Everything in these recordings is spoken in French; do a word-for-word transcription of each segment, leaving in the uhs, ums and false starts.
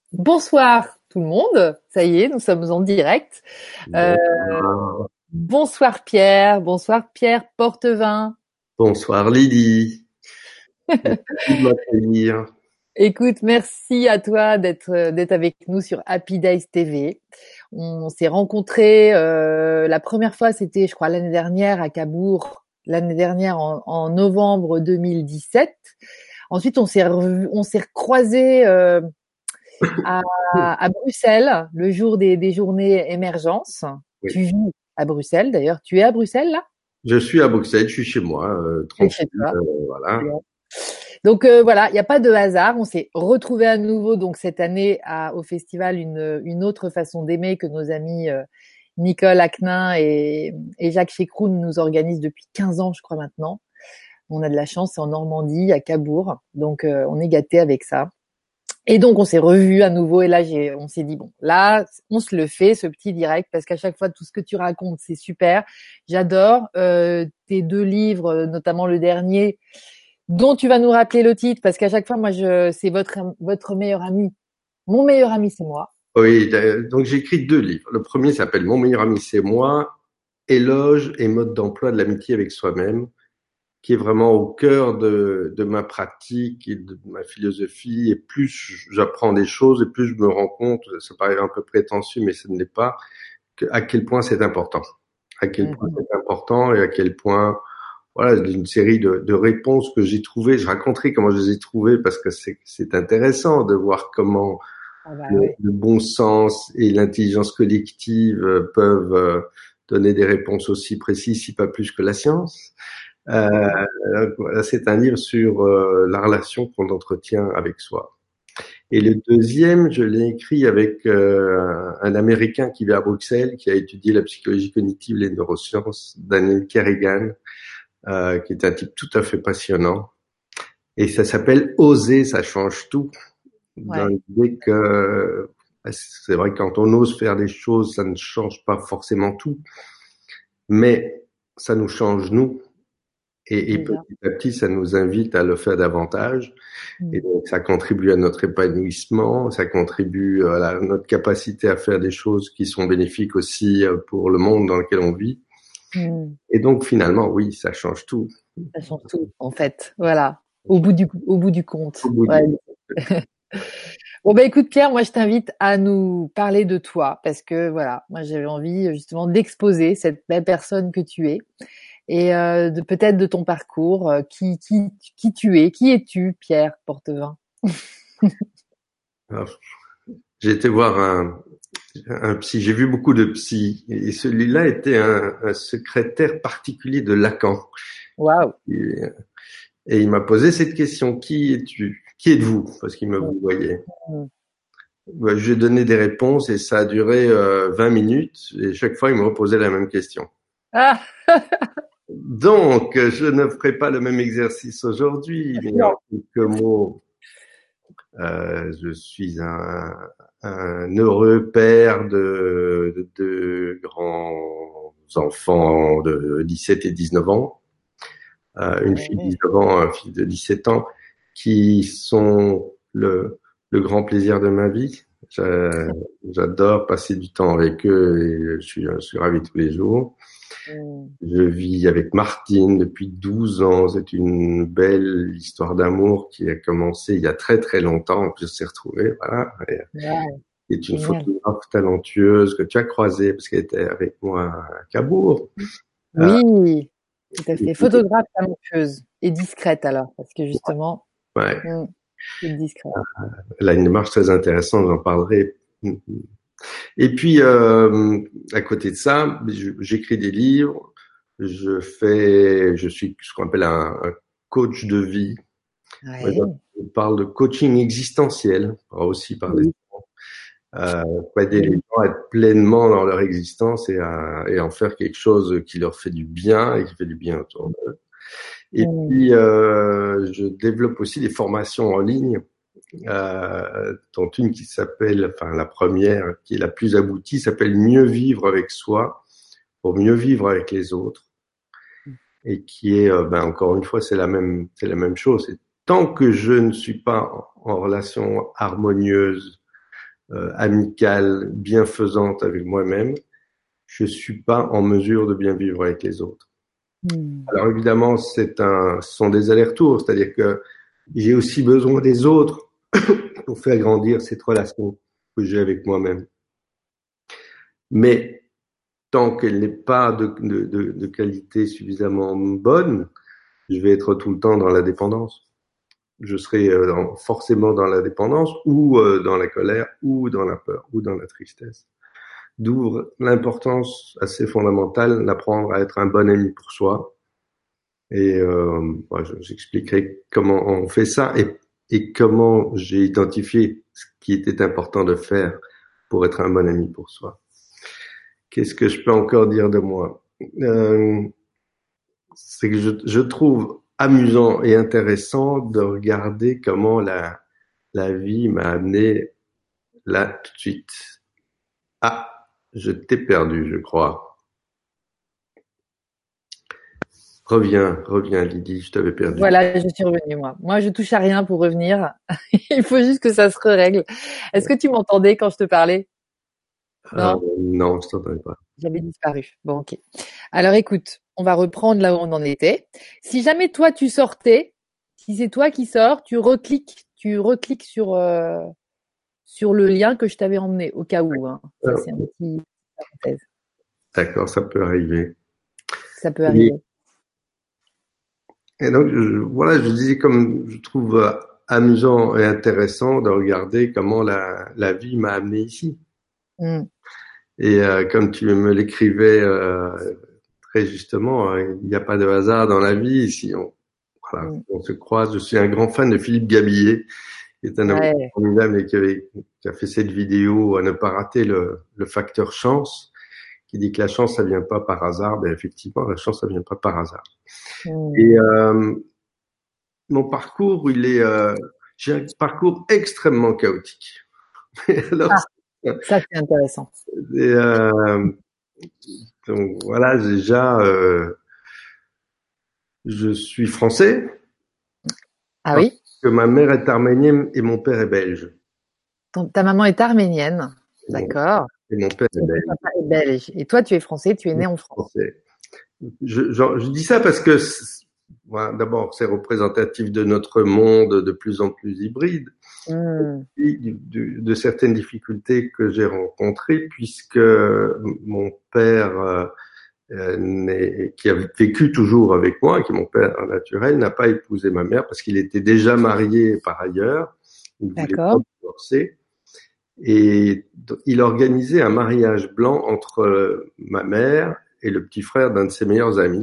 Bonsoir tout le monde, ça y est, nous sommes en direct. Euh, Bonsoir. bonsoir Pierre, bonsoir Pierre Portevin. Bonsoir Lydie. Merci de m'accueillir. Écoute, merci à toi d'être d'être avec nous sur Happy Days T V. On s'est rencontrés euh, la première fois, c'était je crois l'année dernière à Cabourg, l'année dernière en, en novembre deux mille dix-sept. Ensuite, on s'est revu- on s'est recroisés euh, à, à Bruxelles le jour des, des journées émergence. Tu Oui. vis à Bruxelles d'ailleurs. Tu es à Bruxelles là? Je suis à Bruxelles, je suis chez moi, euh, Tu es chez tranquille, toi. euh, voilà. Donc euh, voilà, il n'y a pas de hasard. On s'est retrouvés à nouveau donc cette année à, au festival une, une autre façon d'aimer que nos amis euh, Nicole Aknin et, et Jacques Chécroun nous organisent depuis quinze ans, je crois maintenant. On a de la chance, c'est en Normandie, à Cabourg. Donc euh, on est gâtés avec ça. Et donc on s'est revus à nouveau et là j'ai, on s'est dit bon là on se le fait ce petit direct parce qu'à chaque fois tout ce que tu racontes c'est super, j'adore euh, tes deux livres notamment le dernier dont tu vas nous rappeler le titre parce qu'à chaque fois moi je c'est votre votre meilleur ami, mon meilleur ami c'est moi. Oui, euh, donc j'ai écrit deux livres. Le premier s'appelle Mon meilleur ami, c'est moi, éloge et mode d'emploi de l'amitié avec soi-même, qui est vraiment au cœur de, de ma pratique et de ma philosophie. Et plus j'apprends des choses, et plus je me rends compte, ça paraît un peu prétentieux, mais ce ne l'est pas, que, à quel point c'est important. À quel point Mhm. c'est important et à quel point voilà, d'une série de, de réponses que j'ai trouvées. Je raconterai comment je les ai trouvées parce que c'est, c'est intéressant de voir comment Ah bah le, ouais. le bon sens et l'intelligence collective euh, peuvent euh, donner des réponses aussi précises, si pas plus que la science. Euh, Mhm. voilà, c'est un livre sur euh, la relation qu'on entretient avec soi. Et le deuxième, je l'ai écrit avec euh, un Américain qui vit à Bruxelles, qui a étudié la psychologie cognitive et les neurosciences, Daniel Kerrigan, euh, qui est un type tout à fait passionnant. Et ça s'appelle Oser, ça change tout. Dans Ouais. l'idée que c'est vrai que quand on ose faire des choses, ça ne change pas forcément tout, mais ça nous change nous. Et, et Déjà. petit à petit, ça nous invite à le faire davantage. Et Mhm. donc, ça contribue à notre épanouissement, ça contribue à la- notre capacité à faire des choses qui sont bénéfiques aussi pour le monde dans lequel on vit. Mhm. Et donc, finalement, oui, ça change tout. Ça change tout en fait. Voilà. Au bout du au bout du Au compte. bout du Ouais. compte. Bon bah écoute Pierre, moi je t'invite à nous parler de toi parce que voilà, moi j'avais envie justement d'exposer cette belle personne que tu es et euh, de peut-être de ton parcours, euh, qui qui qui tu es, qui es-tu Pierre Portevin? Alors, j'ai été voir un, un psy, j'ai vu beaucoup de psy, et celui-là était un, un secrétaire particulier de Lacan. Waouh. Et, et il m'a posé cette question, qui es-tu? Qui êtes-vous? Parce qu'il me voyait. Ben, je lui ai donné des réponses et ça a duré euh, vingt minutes et chaque fois il me reposait la même question. Ah Donc, je ne ferai pas le même exercice aujourd'hui, mais en non. quelques mots, euh, je suis un, un heureux père de, de deux grands enfants de dix-sept et dix-neuf ans, euh, une fille de Ouais. dix-neuf ans, un fils de dix-sept ans, qui sont le, le grand plaisir de ma vie. J'a- J'adore passer du temps avec eux et je suis, je suis ravi tous les jours. Mm. Je vis avec Martine depuis douze ans. C'est une belle histoire d'amour qui a commencé il y a très très longtemps, que je s'est retrouvée. Voilà. Et Wow, c'est une génial. photographe talentueuse que tu as croisée parce qu'elle était avec moi à Cabourg. Euh, Oui, tout à fait. Photographe talentueuse et discrète alors parce que justement, ouais. mm, c'est discret. Elle a une démarche très intéressante, j'en parlerai. Et puis, euh, à côté de ça, j'écris des livres, je fais, je suis ce qu'on appelle un, un coach de vie. Moi, Ouais. je parle de coaching existentiel, aussi par des Oui. euh, pour aider les Oui. gens à être pleinement dans leur existence et à et en faire quelque chose qui leur fait du bien et qui fait du bien autour d'eux. Et Mm. puis, euh, je développe aussi des formations en ligne, euh, dont une qui s'appelle, enfin la première, qui est la plus aboutie, s'appelle Mieux vivre avec soi pour mieux vivre avec les autres, et qui est, euh, ben encore une fois, c'est la même, c'est la même chose. C'est tant que je ne suis pas en, en relation harmonieuse euh, amicale, bienfaisante avec moi-même, je suis pas en mesure de bien vivre avec les autres. Mmh. Alors évidemment, c'est un, ce sont des allers-retours, c'est-à-dire que j'ai aussi besoin des autres pour faire grandir cette relation que j'ai avec moi-même. Mais tant qu'elle n'est pas de, de, de, de qualité suffisamment bonne, je vais être tout le temps dans la dépendance. Je serai euh, forcément dans la dépendance ou euh, dans la colère ou dans la peur ou dans la tristesse. D'où l'importance assez fondamentale d'apprendre à être un bon ami pour soi. Et euh, moi, j'expliquerai comment on fait ça et, et comment j'ai identifié ce qui était important de faire pour être un bon ami pour soi. Qu'est-ce que je peux encore dire de moi? euh, C'est que je, je trouve amusant et intéressant de regarder comment la, la vie m'a amené là tout de suite. Ah, je t'ai perdu, je crois. Reviens, reviens, Lydie, je t'avais perdu. Voilà, je suis revenue, moi. Moi, je touche à rien pour revenir. Il faut juste que ça se règle. Est-ce que tu m'entendais quand je te parlais? Euh, Non? non, je t'entendais pas. J'avais disparu. Bon, ok. Alors, écoute, on va reprendre là où on en était. Si jamais toi, tu sortais, si c'est toi qui sors, tu recliques, tu recliques sur, euh, sur le lien que je t'avais emmené, au cas où, hein. Ça, Euh, c'est un petit parenthèse. D'accord, ça peut arriver. Ça peut Et, arriver. et donc, je, voilà, je disais comme je trouve euh, amusant et intéressant de regarder comment la, la vie m'a amené ici. Mm. Et euh, comme tu me l'écrivais euh, très justement, euh, il n'y a pas de hasard dans la vie. Si on, voilà, Mm. on se croise, je suis un grand fan de Philippe Gabillet, qui est un homme Ouais. formidable et qui, avait, qui a fait cette vidéo à ne pas rater le, le facteur chance, qui dit que la chance, ça vient pas par hasard. Ben effectivement, la chance, ça vient pas par hasard. Mm. Et euh, mon parcours, il est, euh, j'ai un parcours extrêmement chaotique. Alors, Ah, ça, c'est intéressant. et, euh, donc voilà, déjà, euh, je suis français Ah parce oui? que ma mère est arménienne et mon père est belge. Ton- ta maman est arménienne. Et mon, D'accord. et mon père est Et ton belge. papa est belge. Et toi, tu es français, tu es né en France. Français. Je, je, je dis ça parce que, voilà, d'abord, c'est représentatif de notre monde de plus en plus hybride, Mm. et de, de certaines difficultés que j'ai rencontrées, puisque mon père, euh, euh, qui a vécu toujours avec moi, qui est mon père naturel, n'a pas épousé ma mère parce qu'il était déjà marié par ailleurs. Il ne voulait pas D'accord. divorcer. Et il organisait un mariage blanc entre ma mère et le petit frère d'un de ses meilleurs amis.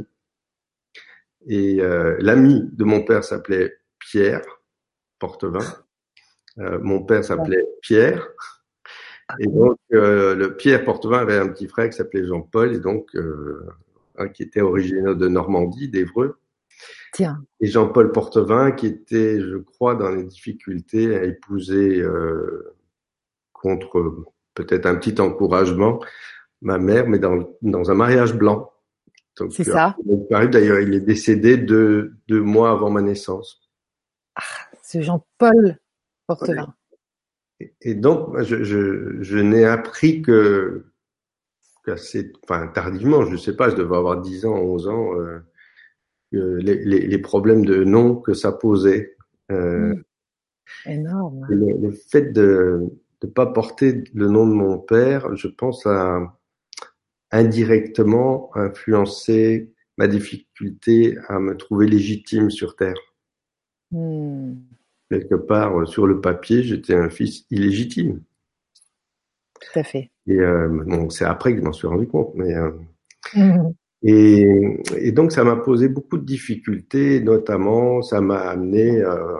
Et euh, l'ami de mon père s'appelait Pierre Portevin. Euh, mon père s'appelait Pierre. Et donc, euh, le Pierre Portevin avait un petit frère qui s'appelait Jean-Paul, et donc euh, hein, qui était originaire de Normandie, d'Évreux. Tiens. Et Jean-Paul Portevin, qui était, je crois, dans les difficultés à épouser euh, contre peut-être un petit encouragement ma mère, mais dans, dans un mariage blanc. Donc, C'est euh, ça. d'ailleurs, il est décédé deux, deux mois avant ma naissance. Ah, ce Jean-Paul Portevin. Et, et donc, je, je, je n'ai appris que, qu'assez, enfin, tardivement, je ne sais pas, je devais avoir dix ans, onze ans, euh, les, les, les problèmes de nom que ça posait. Euh, Mmh. Énorme. le, le fait de ne pas porter le nom de mon père, je pense, a indirectement influencé ma difficulté à me trouver légitime sur Terre. Mmh. Quelque part, sur le papier, j'étais un fils illégitime. Tout à fait. Et euh, bon, c'est après que je m'en suis rendu compte. Mais euh, Mmh. et, et donc, ça m'a posé beaucoup de difficultés, notamment, ça m'a amené euh,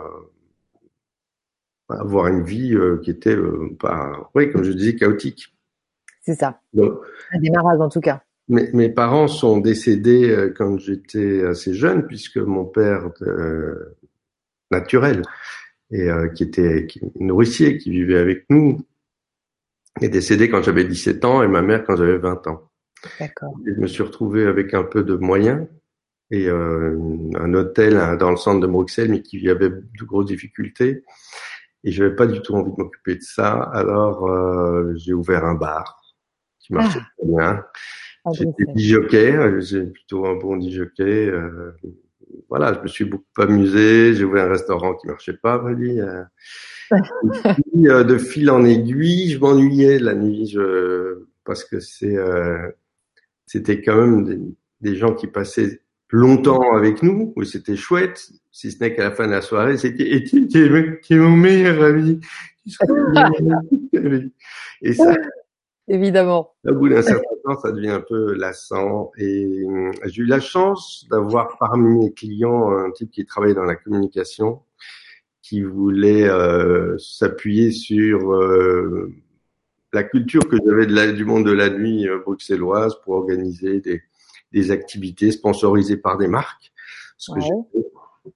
à avoir une vie euh, qui était, euh, pas, oui, comme je disais, chaotique. C'est ça. Donc, Un démarrage, en tout cas. mes, mes parents sont décédés euh, quand j'étais assez jeune, puisque mon père euh, naturel et euh, qui était qui, nourricier, qui vivait avec nous, est décédé quand j'avais dix-sept ans et ma mère quand j'avais vingt ans. D'accord. Et je me suis retrouvé avec un peu de moyens et euh, un hôtel dans le centre de Bruxelles, mais qui avait de grosses difficultés. Et j'avais pas du tout envie de m'occuper de ça. Alors, euh, j'ai ouvert un bar qui marchait Ah, très bien. à J'étais Bruxelles. disjockey, j'ai plutôt un bon disjockey. Euh, voilà, je me suis beaucoup amusé. J'ai ouvert un restaurant qui marchait pas, lui. Euh, et puis, euh, de fil en aiguille, je m'ennuyais la nuit, je, parce que c'est, euh, c'était quand même des, des gens qui passaient longtemps avec nous, où c'était chouette, si ce n'est qu'à la fin de la soirée, c'était et tu tu es tu es mon meilleur ami. Tu seras mon meilleur ami. Et ça, Évidemment. au bout d'un certain temps, ça devient un peu lassant. Et euh, j'ai eu la chance d'avoir parmi mes clients un type qui travaillait dans la communication, qui voulait euh, s'appuyer sur euh, la culture que j'avais de la, du monde de la nuit euh, bruxelloise pour organiser des, des activités sponsorisées par des marques. Ce que j'ai Ouais. fait.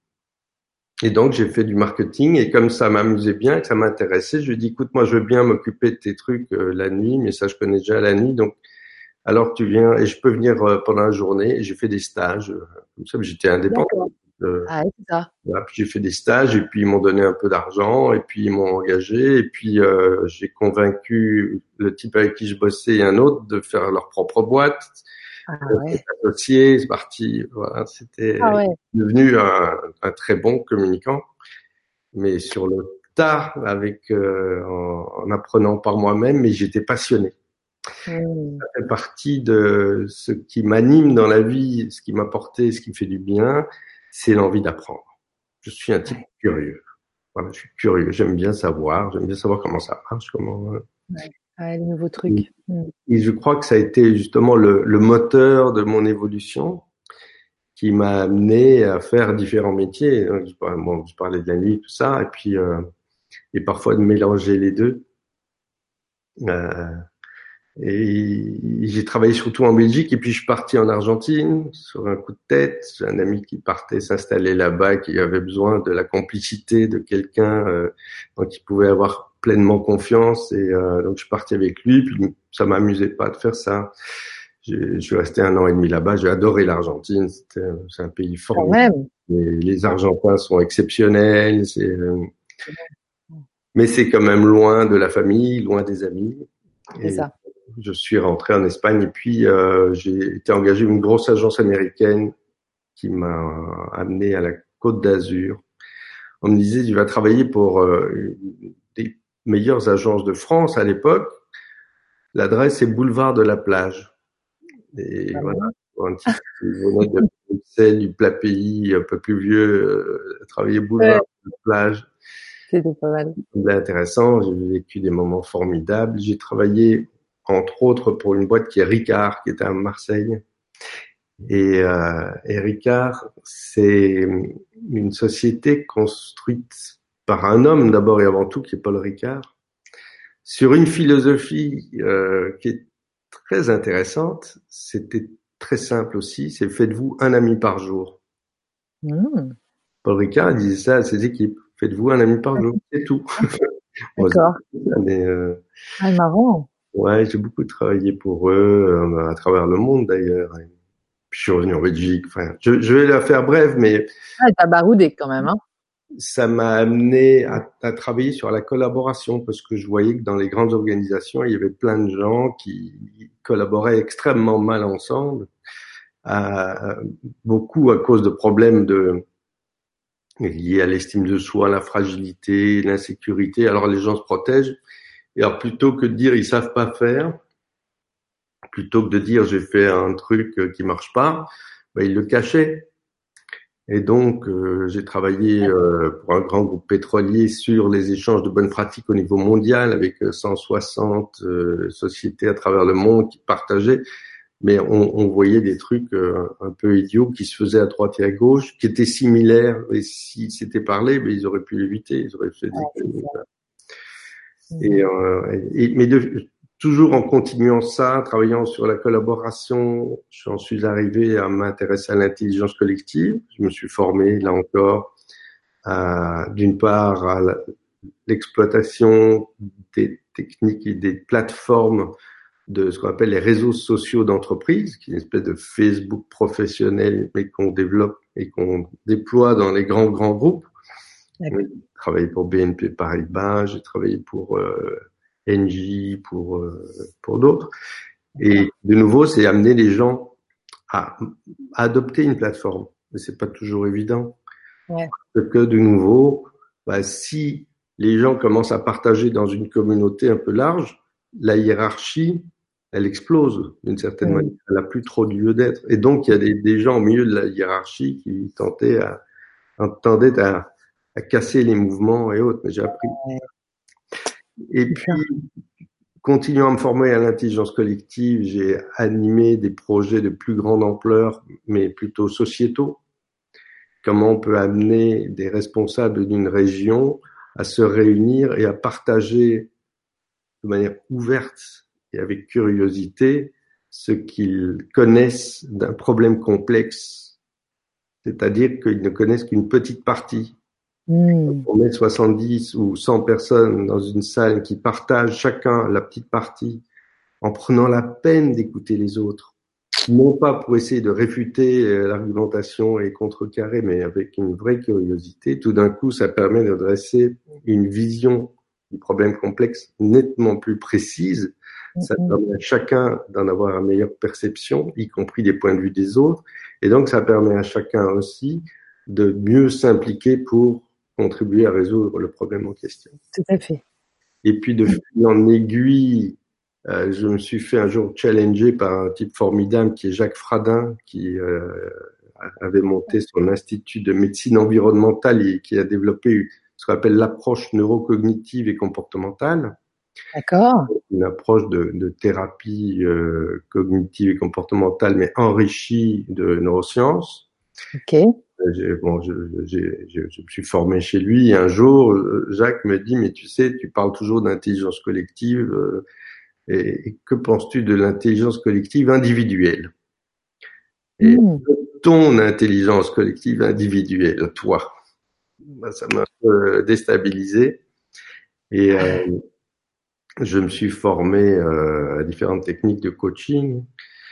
Et donc, j'ai fait du marketing et comme ça m'amusait bien, que ça m'intéressait, je lui ai dit, écoute, moi, je veux bien m'occuper de tes trucs euh, la nuit, mais ça, je connais déjà la nuit. Donc, alors tu viens et je peux venir euh, pendant la journée. Et j'ai fait des stages. Euh, comme ça, j'étais indépendant. D'accord. Euh, Ah, ouais, c'est ça. voilà, puis j'ai fait des stages et puis ils m'ont donné un peu d'argent et puis ils m'ont engagé et puis euh, j'ai convaincu le type avec qui je bossais et un autre de faire leur propre boîte. Ah On s'est ouais. associés, c'est parti. Voilà, Ah c'était ouais. devenu un, un très bon communicant, mais sur le tard, avec euh, en, en apprenant par moi-même, mais j'étais passionné. Hmm. Ça fait partie de ce qui m'anime dans la vie, ce qui m'apporte, ce qui me fait du bien, c'est l'envie d'apprendre. Je suis un type Ouais. curieux. Voilà, je suis curieux. J'aime bien savoir. J'aime bien savoir comment ça marche. Comment. Ouais. Ouais, les nouveaux Et trucs. Hmm. et je crois que ça a été justement le, le moteur de mon évolution qui m'a amené à faire différents métiers. Donc, je, parlais, bon, je parlais de la nuit, tout ça, et puis euh, et parfois de mélanger les deux. Euh, Et j'ai travaillé surtout en Belgique et puis je suis parti en Argentine sur un coup de tête. J'ai un ami qui partait s'installer là-bas, qui avait besoin de la complicité de quelqu'un euh, dont il pouvait avoir pleinement confiance. Et euh, donc je suis parti avec lui. Puis ça m'amusait pas de faire ça. Je, je suis resté un an et demi là-bas. J'ai adoré l'Argentine. C'était, c'est un pays Quand formidable. même. Les, les Argentins sont exceptionnels. C'est, euh, mais c'est quand même loin de la famille, loin des amis. C'est Et ça. je suis rentré en Espagne et puis euh, j'ai été engagé une grosse agence américaine qui m'a amené à la Côte d'Azur. On me disait, tu vas travailler pour euh, une des meilleures agences de France à l'époque. L'adresse est boulevard de la Plage. Et Ah voilà, bon. pour un type qui venait de Bruxelles, du plat pays, un peu plus vieux, euh, travailler boulevard Ouais, de la Plage. c'était pas mal. C'était intéressant. J'ai vécu des moments formidables. J'ai travaillé entre autres pour une boîte qui est Ricard, qui était à Marseille. Et, euh, et Ricard, c'est une société construite par un homme d'abord et avant tout, qui est Paul Ricard, sur une philosophie euh, qui est très intéressante. C'était très simple aussi, c'est faites-vous un ami par jour. Hmm. Paul Ricard disait ça à ses équipes, faites-vous un ami par jour, c'est tout. Moi, D'accord. mais, euh, Ah, marrant. ouais, j'ai beaucoup travaillé pour eux, euh, à travers le monde d'ailleurs. Puis je suis revenu en Belgique. Enfin, je, je vais la faire brève, mais Ah, t'as baroudé quand même, hein. ça m'a amené à, à travailler sur la collaboration parce que je voyais que dans les grandes organisations, il y avait plein de gens qui collaboraient extrêmement mal ensemble, à, beaucoup à cause de problèmes de liés à l'estime de soi, la fragilité, l'insécurité. Alors les gens se protègent. Et alors plutôt que de dire ils savent pas faire, plutôt que de dire j'ai fait un truc qui marche pas, ben, ils le cachaient. Et donc, euh, j'ai travaillé euh, pour un grand groupe pétrolier sur les échanges de bonnes pratiques au niveau mondial avec cent soixante euh, sociétés à travers le monde qui partageaient. Mais on, on voyait des trucs euh, un peu idiots qui se faisaient à droite et à gauche, qui étaient similaires. Et s'ils s'étaient parlé, mais ils auraient pu l'éviter. Ils auraient fait Ouais, c'est des... ça. Et, Mhm. euh, et, mais de, toujours en continuant ça, travaillant sur la collaboration, j'en suis arrivé à m'intéresser à l'intelligence collective. Je me suis formé, là encore, à, d'une part à l'exploitation des techniques et des plateformes de ce qu'on appelle les réseaux sociaux d'entreprise, qui est une espèce de Facebook professionnel, mais qu'on développe et qu'on déploie dans les grands, grands groupes. Oui, j'ai travaillé pour B N P Paribas, j'ai travaillé pour euh, Engie, pour euh, pour d'autres. Et de nouveau, c'est amener les gens à, à adopter une plateforme. Mais c'est pas toujours évident. Ouais. Parce que de nouveau, bah, si les gens commencent à partager dans une communauté un peu large, la hiérarchie, elle explose d'une certaine Oui. manière. Elle n'a plus trop de lieu d'être. Et donc, il y a des, des gens au milieu de la hiérarchie qui tentaient à, tendaient à, à casser les mouvements et autres. Mais j'ai appris. Ouais. Et puis, continuant à me former à l'intelligence collective, j'ai animé des projets de plus grande ampleur, mais plutôt sociétaux. Comment on peut amener des responsables d'une région à se réunir et à partager de manière ouverte et avec curiosité ce qu'ils connaissent d'un problème complexe, c'est-à-dire qu'ils ne connaissent qu'une petite partie. Mmh. On met soixante-dix ou cent personnes dans une salle qui partagent chacun la petite partie en prenant la peine d'écouter les autres. Non pas pour essayer de réfuter l'argumentation et contrecarrer, mais avec une vraie curiosité. Tout d'un coup, ça permet de dresser une vision du problème complexe nettement plus précise. Ça permet à chacun d'en avoir une meilleure perception, y compris des points de vue des autres. Et donc, ça permet à chacun aussi de mieux s'impliquer pour contribuer à résoudre le problème en question. Tout à fait. Et puis, de fil en aiguille, Euh, je me suis fait un jour challenger par un type formidable qui est Jacques Fradin, qui euh, avait monté son institut de médecine environnementale et qui a développé ce qu'on appelle l'approche neurocognitive et comportementale. D'accord. Une approche de, de thérapie euh, cognitive et comportementale, mais enrichie de neurosciences. Ok. J'ai, bon, je, j'ai, je, je me suis formé chez lui et un jour, Jacques me dit, mais tu sais, tu parles toujours d'intelligence collective. Euh, Et, et que penses-tu de l'intelligence collective individuelle? Et Mmh. ton intelligence collective individuelle, toi, ben, ça m'a un peu déstabilisé. Et euh, je me suis formé euh, à différentes techniques de coaching.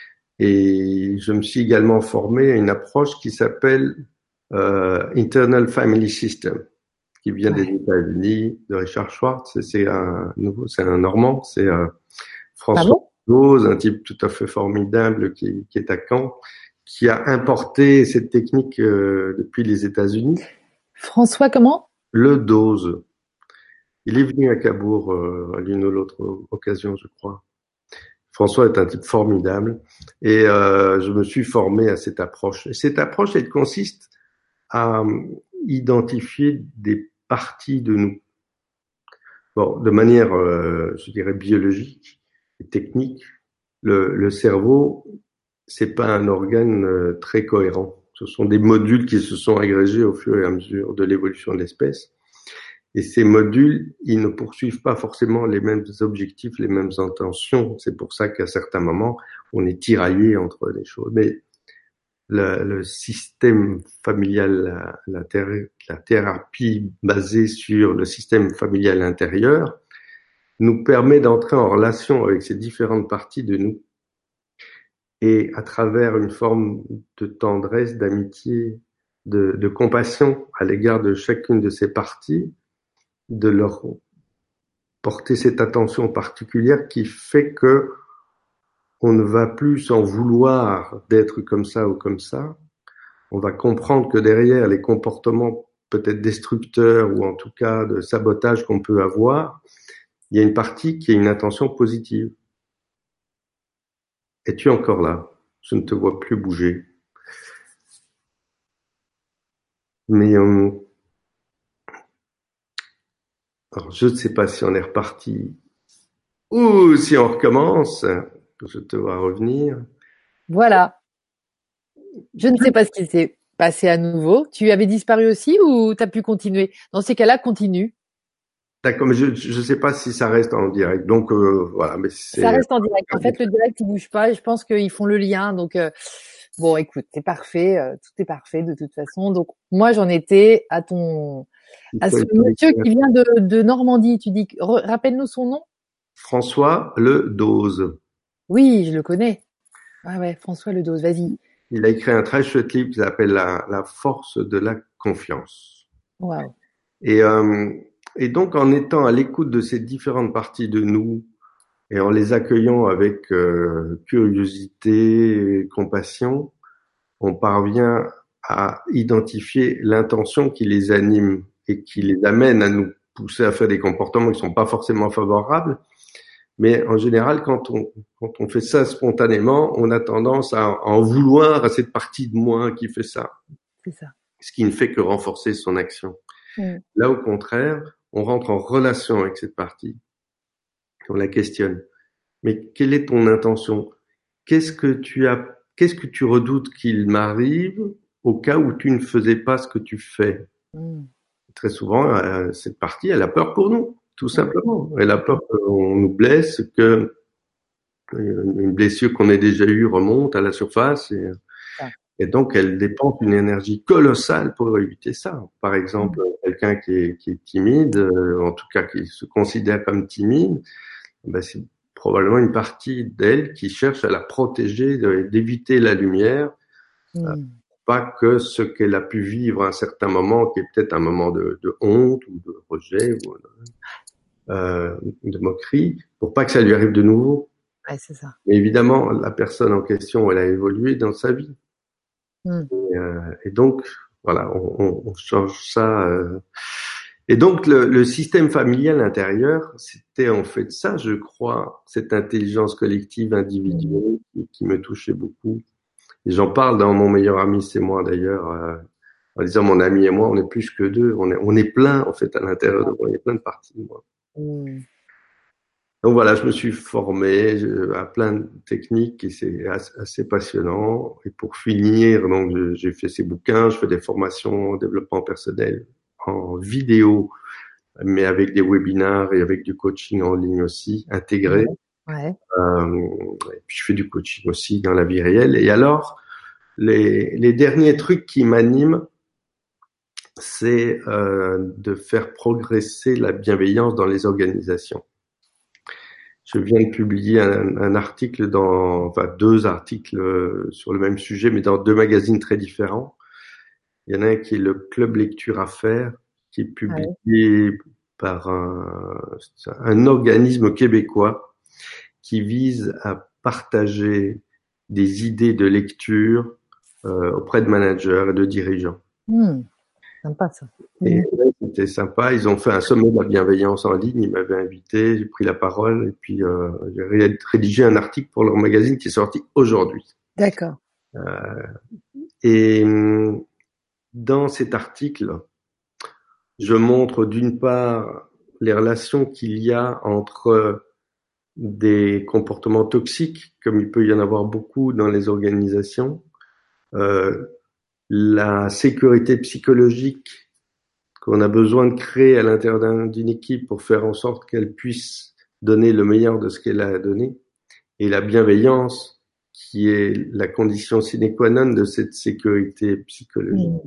Et je me suis également formé à une approche qui s'appelle euh, Internal Family System, qui vient des Ouais. États-Unis, de Richard Schwartz. C'est un nouveau, c'est un Normand, c'est euh, François Pardon? Dose, un type tout à fait formidable qui, qui est à Caen, qui a importé cette technique euh, depuis les États-Unis. François, comment? Le Dose. Il est venu à Cabourg euh, à l'une ou l'autre occasion, je crois. François est un type formidable et euh, je me suis formé à cette approche. Et cette approche, elle consiste à identifier des parties de nous. Bon, de manière, euh, je dirais, biologique et technique, le, le cerveau, c'est pas un organe euh, très cohérent. Ce sont des modules qui se sont agrégés au fur et à mesure de l'évolution de l'espèce. Et ces modules, ils ne poursuivent pas forcément les mêmes objectifs, les mêmes intentions. C'est pour ça qu'à certains moments, on est tiraillé entre les choses. Mais le, le système familial, la, la, la thérapie basée sur le système familial intérieur, nous permet d'entrer en relation avec ces différentes parties de nous et à travers une forme de tendresse, d'amitié, de, de compassion à l'égard de chacune de ces parties, de leur porter cette attention particulière qui fait que on ne va plus s'en vouloir d'être comme ça ou comme ça. On va comprendre que derrière les comportements peut-être destructeurs ou en tout cas de sabotage qu'on peut avoir, il y a une partie qui a une intention positive. Es-tu encore là? Je ne te vois plus bouger. Mais euh, alors, je ne sais pas si on est reparti ou si on recommence. Je te vois revenir. Voilà. Je ne sais pas ce qui s'est passé à nouveau. Tu avais disparu aussi ou tu as pu continuer? Dans ces cas-là, continue. D'accord, mais je ne sais pas si ça reste en direct. Donc euh, voilà, mais Ça c'est. reste en direct. En fait, le direct, il bouge pas. Je pense qu'ils font le lien. Donc, euh, bon, écoute, c'est parfait. Euh, tout est parfait de toute façon. Donc, moi, j'en étais à ton, à ce monsieur qui vient de, de Normandie. Tu dis, re- rappelle-nous son nom. François Le Dose. Oui, je le connais. Ah ouais, François Ledos, vas-y. Il a écrit un très chouette livre qui s'appelle la, la force de la confiance. Waouh. Et, euh, et donc, en étant à l'écoute de ces différentes parties de nous et en les accueillant avec euh, curiosité et compassion, on parvient à identifier l'intention qui les anime et qui les amène à nous pousser à faire des comportements qui sont pas forcément favorables. Mais en général, quand on, quand on fait ça spontanément, on a tendance à en vouloir à cette partie de moi qui fait ça. C'est ça. Ce qui ne fait que renforcer son action. Mm. Là, au contraire, on rentre en relation avec cette partie. On la questionne. Mais quelle est ton intention? Qu'est-ce que tu as, qu'est-ce que tu redoutes qu'il m'arrive au cas où tu ne faisais pas ce que tu fais? Mm. Très souvent, euh, cette partie, elle a peur pour nous, tout simplement. Elle a peur qu'on nous blesse, que une blessure qu'on ait déjà eue remonte à la surface et, Ah. et donc elle dépense une énergie colossale pour éviter ça. Par exemple, Mm. quelqu'un qui est, qui est timide, euh, en tout cas qui se considère comme timide, ben c'est probablement une partie d'elle qui cherche à la protéger, d'éviter la lumière, Mm. euh, pas que ce qu'elle a pu vivre à un certain moment, qui est peut-être un moment de, de honte ou de rejet ou euh, de moquerie, pour pas que ça lui arrive de nouveau. Ouais, c'est ça. Mais évidemment, la personne en question, elle a évolué dans sa vie. Mm. Et, euh, et donc, voilà, on, on, on change ça. Euh. Et donc, le, le système familial intérieur, c'était en fait ça, je crois, cette intelligence collective individuelle qui, qui me touchait beaucoup. Et j'en parle dans Mon meilleur ami, c'est moi d'ailleurs, euh, en disant mon ami et moi, on est plus que deux, on est, on est plein en fait à l'intérieur de moi, il y a plein de parties de moi. Mm. Donc voilà, je me suis formé je, à plein de techniques et c'est assez, assez passionnant. Et pour finir, donc j'ai fait ces bouquins, je fais des formations en développement personnel en vidéo, mais avec des webinaires et avec du coaching en ligne aussi intégré. Ouais. Ouais. Euh, et puis je fais du coaching aussi dans la vie réelle. Et alors, les, les derniers trucs qui m'animent, c'est euh, de faire progresser la bienveillance dans les organisations. Je viens de publier un, un article dans, enfin deux articles euh, sur le même sujet, mais dans deux magazines très différents. Il y en a un qui est le Club Lecture à faire, qui est publié ouais. par un, un organisme québécois qui vise à partager des idées de lecture euh, auprès de managers et de dirigeants. Mmh. Sympa ça. Et ouais, c'était sympa. Ils ont fait un sommet de la bienveillance en ligne. Ils m'avaient invité, j'ai pris la parole et puis euh, j'ai rédigé un article pour leur magazine qui est sorti aujourd'hui. D'accord. Euh, et dans cet article, je montre d'une part les relations qu'il y a entre des comportements toxiques, comme il peut y en avoir beaucoup dans les organisations, euh, la sécurité psychologique qu'on a besoin de créer à l'intérieur d'une équipe pour faire en sorte qu'elle puisse donner le meilleur de ce qu'elle a à donner, et la bienveillance qui est la condition sine qua non de cette sécurité psychologique. Mmh.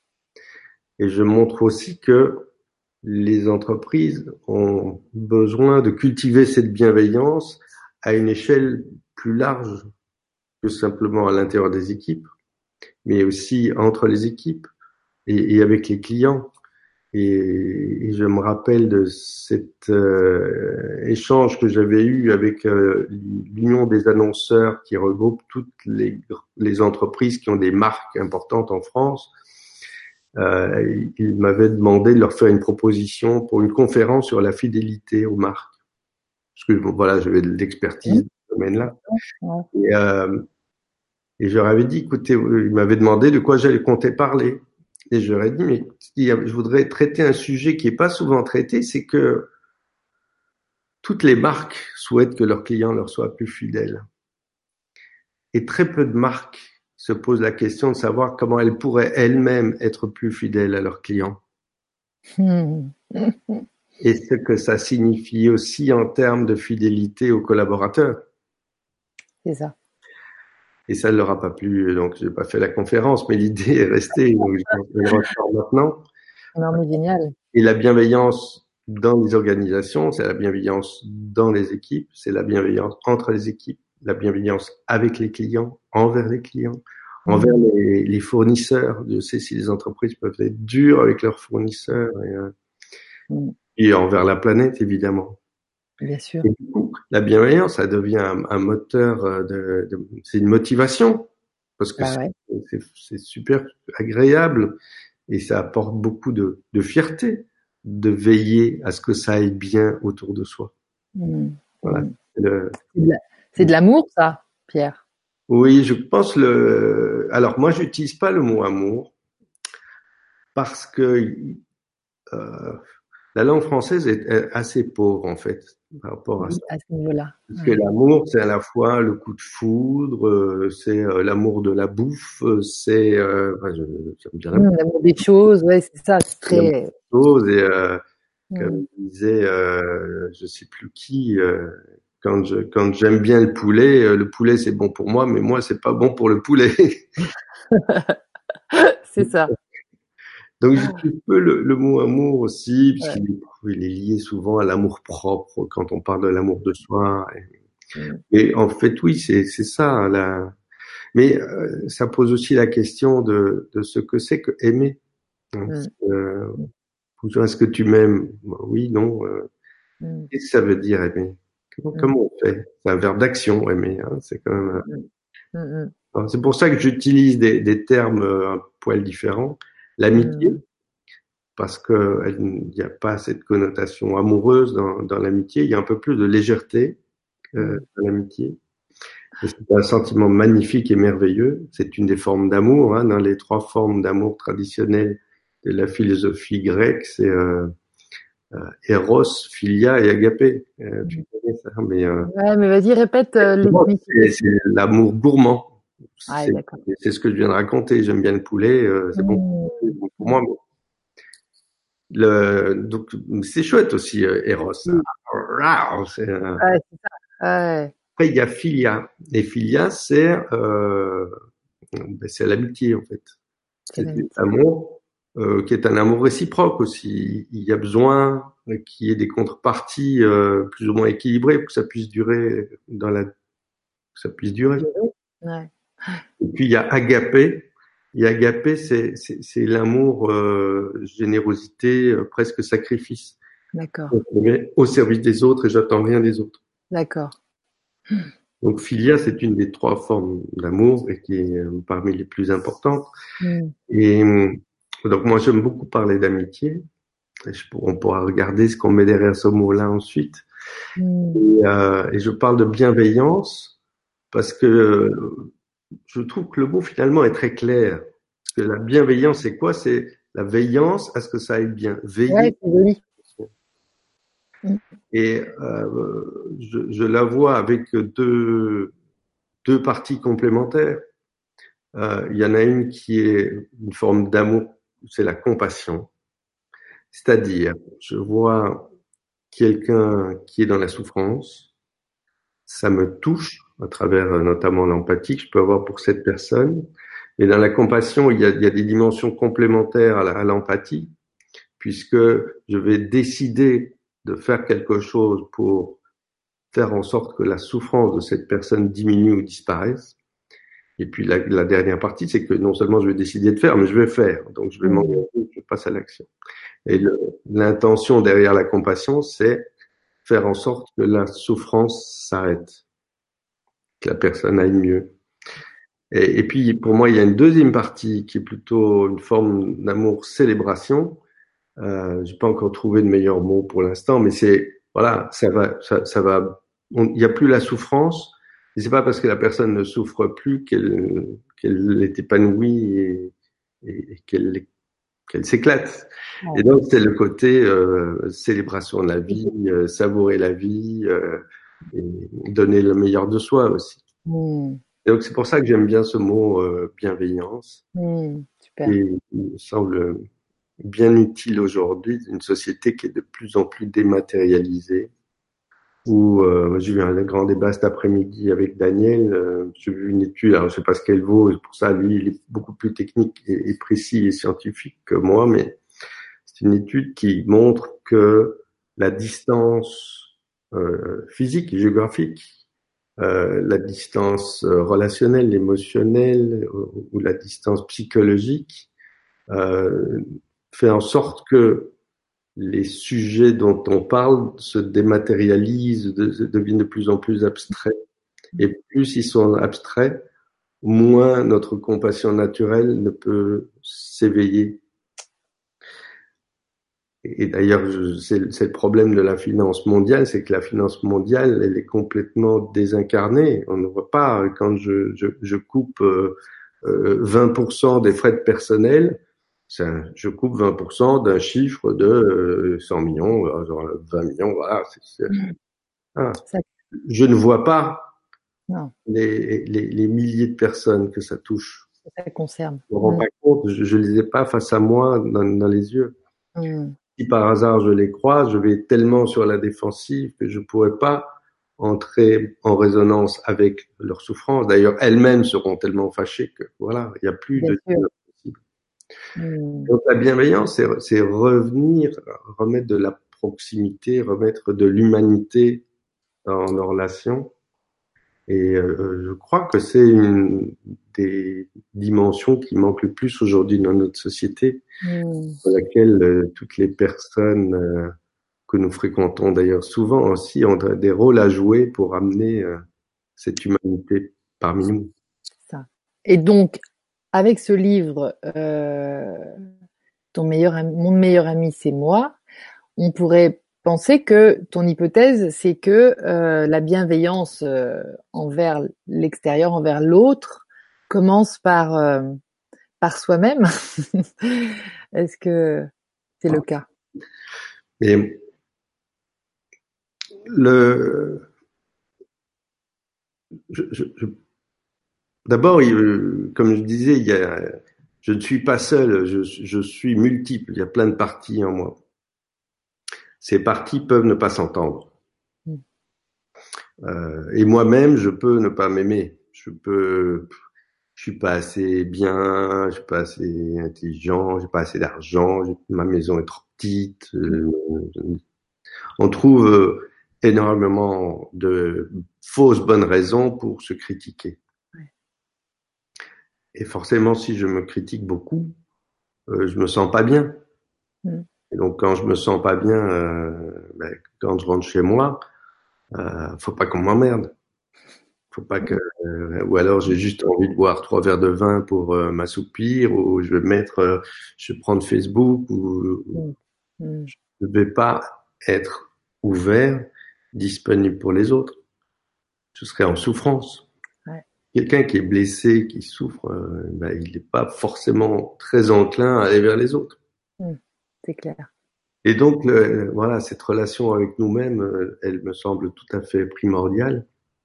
Et je montre aussi que les entreprises ont besoin de cultiver cette bienveillance à une échelle plus large que simplement à l'intérieur des équipes, mais aussi entre les équipes et, et avec les clients. Et, et je me rappelle de cet euh, échange que j'avais eu avec euh, l'Union des annonceurs qui regroupe toutes les, les entreprises qui ont des marques importantes en France. Euh, ils m'avaient demandé de leur faire une proposition pour une conférence sur la fidélité aux marques. Parce que bon, voilà, j'avais de l'expertise dans ce domaine-là. Et, euh, et je leur avais dit, écoutez, ils m'avaient demandé de quoi j'allais compter parler. Et je leur ai dit, mais je voudrais traiter un sujet qui est pas souvent traité, c'est que toutes les marques souhaitent que leurs clients leur soient plus fidèles. Et très peu de marques se posent la question de savoir comment elles pourraient elles-mêmes être plus fidèles à leurs clients. Mmh. Et ce que ça signifie aussi en termes de fidélité aux collaborateurs. C'est ça. Et ça ne leur a pas plu, donc j'ai pas fait la conférence, mais l'idée est restée, donc je le ressors maintenant. Non, mais génial. Et la bienveillance dans les organisations, c'est la bienveillance dans les équipes, c'est la bienveillance entre les équipes, la bienveillance avec les clients, envers les clients, envers les, les fournisseurs. Je sais si les entreprises peuvent être dures avec leurs fournisseurs et, euh, Mm. et envers la planète, évidemment. Bien sûr. Et du coup, la bienveillance, ça devient un, un moteur de, de c'est une motivation parce que Bah ouais. c'est, c'est super agréable et ça apporte beaucoup de, de fierté de veiller à ce que ça aille bien autour de soi. Mm. Voilà. Mm. Le, C'est de la- c'est de l'amour, ça, Pierre. oui, je pense le. Alors moi, j'utilise pas le mot amour parce que euh, la langue française est est assez pauvre en fait par rapport à Oui, ça. à ce niveau-là. Parce que Ouais. l'amour, c'est à la fois le coup de foudre, euh, c'est euh, l'amour de la bouffe, euh, c'est euh, enfin, je, ça me dirait Mm, l'amour des choses, ouais, c'est ça, c'est très. chose et euh, comme Mm. disait euh, je sais plus qui euh, quand je quand j'aime bien le poulet, euh, le poulet c'est bon pour moi, mais moi c'est pas bon pour le poulet. C'est ça. Donc j'utilise peu le, le mot amour aussi, Ouais. puisqu'il est, il est lié souvent à l'amour propre quand on parle de l'amour de soi. Mm. Et en fait, oui, c'est c'est ça. Là. Mais euh, ça pose aussi la question de, de ce que c'est que aimer. Hein. Mm. Euh, Est-ce que tu m'aimes? Oui, non. Euh, Mm. qu'est-ce que ça veut dire aimer? Comment, Mm. comment on fait? C'est un verbe d'action, aimer. Hein. C'est quand même. Mm. Mm. Alors, c'est pour ça que j'utilise des, des termes euh, un poil différents. L'amitié, Mm. parce que il n'y a pas cette connotation amoureuse dans, dans l'amitié. Il y a un peu plus de légèreté euh, Mm. dans l'amitié. Et c'est un sentiment magnifique et merveilleux. C'est une des formes d'amour. Hein, dans les trois formes d'amour traditionnelles de la philosophie grecque, c'est euh, euh, Eros, Philia et Agapé. Euh, tu Mm. connais ça, mais euh, Ouais, mais vas-y, répète euh, les c'est, significations. c'est l'amour gourmand. Ah, C'est, d'accord. c'est ce que je viens de raconter. J'aime bien le poulet, euh, c'est bon, Mm. c'est bon pour moi. Le, donc c'est chouette aussi euh, Eros. Oui. Ah, c'est, euh, Ouais, c'est ça. Ouais. Après il y a Philia. Et Philia c'est euh, ben, c'est l'amitié en fait. C'est C'est l'amitié. l'amour euh, qui est un amour réciproque aussi. Il y a besoin qu'il y ait des contreparties euh, plus ou moins équilibrées pour que ça puisse durer dans la que ça puisse durer. Ouais. Et puis il y a agapé. Et agapé c'est c'est, c'est l'amour euh, générosité euh, presque sacrifice. D'accord. Donc, je me mets au service des autres et j'attends rien des autres. D'accord. Donc philia c'est une des trois formes d'amour et qui est euh, parmi les plus importantes. Mm. Et euh, donc moi j'aime beaucoup parler d'amitié. On pourra regarder ce qu'on met derrière ce mot-là ensuite. Mm. Et, euh, et je parle de bienveillance parce que je trouve que le mot finalement est très clair. Parce que la bienveillance, c'est quoi? C'est la veillance à ce que ça aille bien. Ouais, Veiller. c'est joli. Mm. Et euh, je, je la vois avec deux, deux parties complémentaires. Euh, il y en a une qui est une forme d'amour, c'est la compassion. C'est-à-dire, je vois quelqu'un qui est dans la souffrance, ça me touche à travers euh, notamment l'empathie que je peux avoir pour cette personne. Et dans la compassion, il y a, il y a des dimensions complémentaires à l'empathie, puisque je vais décider de faire quelque chose pour faire en sorte que la souffrance de cette personne diminue ou disparaisse. Et puis la, la dernière partie, c'est que non seulement je vais décider de faire, mais je vais faire. Donc je vais Mm. m'engager, je passe à l'action. Et l'intention derrière la compassion, c'est faire en sorte que la souffrance s'arrête, que la personne aille mieux. Et, et puis, pour moi, il y a une deuxième partie qui est plutôt une forme d'amour célébration. Euh, j'ai pas encore trouvé de meilleur mot pour l'instant, mais c'est voilà, ça va, ça, ça va. Il n'y a plus la souffrance. Et c'est pas parce que la personne ne souffre plus qu'elle qu'elle est épanouie et, et, et qu'elle qu'elle s'éclate. Et Ouais. donc, c'est le côté euh, célébration de la vie, euh, savourer la vie euh, et donner le meilleur de soi aussi. Mm. Et donc, c'est pour ça que j'aime bien ce mot euh, bienveillance Mm. Super. et il me semble bien utile aujourd'hui d'une société qui est de plus en plus dématérialisée. Où euh, j'ai eu un grand débat cet après-midi avec Daniel. Euh, j'ai vu une étude, alors je sais pas ce qu'elle vaut, et pour ça, lui, il est beaucoup plus technique et, et précis et scientifique que moi, mais c'est une étude qui montre que la distance euh, physique et géographique euh, la distance relationnelle, émotionnelle ou, ou la distance psychologique euh, fait en sorte que les sujets dont on parle se dématérialisent, de, deviennent de plus en plus abstraits. Et plus ils sont abstraits, moins notre compassion naturelle ne peut s'éveiller. Et d'ailleurs, c'est, c'est le problème de la finance mondiale, c'est que la finance mondiale, elle est complètement désincarnée. On ne voit pas, quand je, je, je coupe euh, vingt pour cent des frais de personnel, un, je coupe vingt pour cent d'un chiffre de euh, cent millions, genre vingt millions, voilà. C'est, c'est, Mmh. ah. Ça, Je ne vois pas non, les, les, les milliers de personnes que ça touche. ça concerne. Je me rends Mmh. pas compte, je, je les ai pas face à moi dans, dans les yeux. Mmh. Si par hasard je les croise, je vais tellement sur la défensive que je pourrais pas entrer en résonance avec leur souffrance. D'ailleurs, elles-mêmes seront tellement fâchées que voilà, il n'y a plus Bien de sûr. dialogue possible. Mmh. Donc la bienveillance, c'est, c'est revenir, remettre de la proximité, remettre de l'humanité dans nos relations. Et euh, je crois que c'est une des dimensions qui manque le plus aujourd'hui dans notre société, Mmh. pour laquelle euh, toutes les personnes euh, que nous fréquentons d'ailleurs souvent aussi ont des rôles à jouer pour amener euh, cette humanité parmi nous. Ça. Et donc, avec ce livre, euh, ton meilleur ami, mon meilleur ami, c'est moi, on pourrait penser que ton hypothèse, c'est que euh, la bienveillance euh, envers l'extérieur, envers l'autre, commence par euh, par soi-même. Est-ce que c'est le cas? Et le, je, je, je, d'abord, il, comme je disais, il y a, je ne suis pas seul, je, je suis multiple. Il y a plein de parties en moi. Ces parties peuvent ne pas s'entendre. Mm. Euh, et moi-même, je peux ne pas m'aimer. Je peux, je suis pas assez bien, je suis pas assez intelligent, j'ai pas assez d'argent, ma maison est trop petite. Euh, on trouve euh, énormément de fausses bonnes raisons pour se critiquer. Ouais. Et forcément, si je me critique beaucoup, euh, je me sens pas bien. Mm. Et donc, quand je me sens pas bien, euh, ben, quand je rentre chez moi, euh, faut pas qu'on m'emmerde. Faut pas que, euh, ou alors j'ai juste envie de boire trois verres de vin pour euh, m'assoupir, ou je vais mettre, euh, je vais prendre Facebook, ou Mm. Mm. je vais pas être ouvert, disponible pour les autres. Je serai en souffrance. Ouais. Quelqu'un qui est blessé, qui souffre, euh, ben, il n'est pas forcément très enclin à aller vers les autres. Mm. C'est clair. Et donc, le, voilà, cette relation avec nous-mêmes, euh, elle me semble tout à fait primordiale.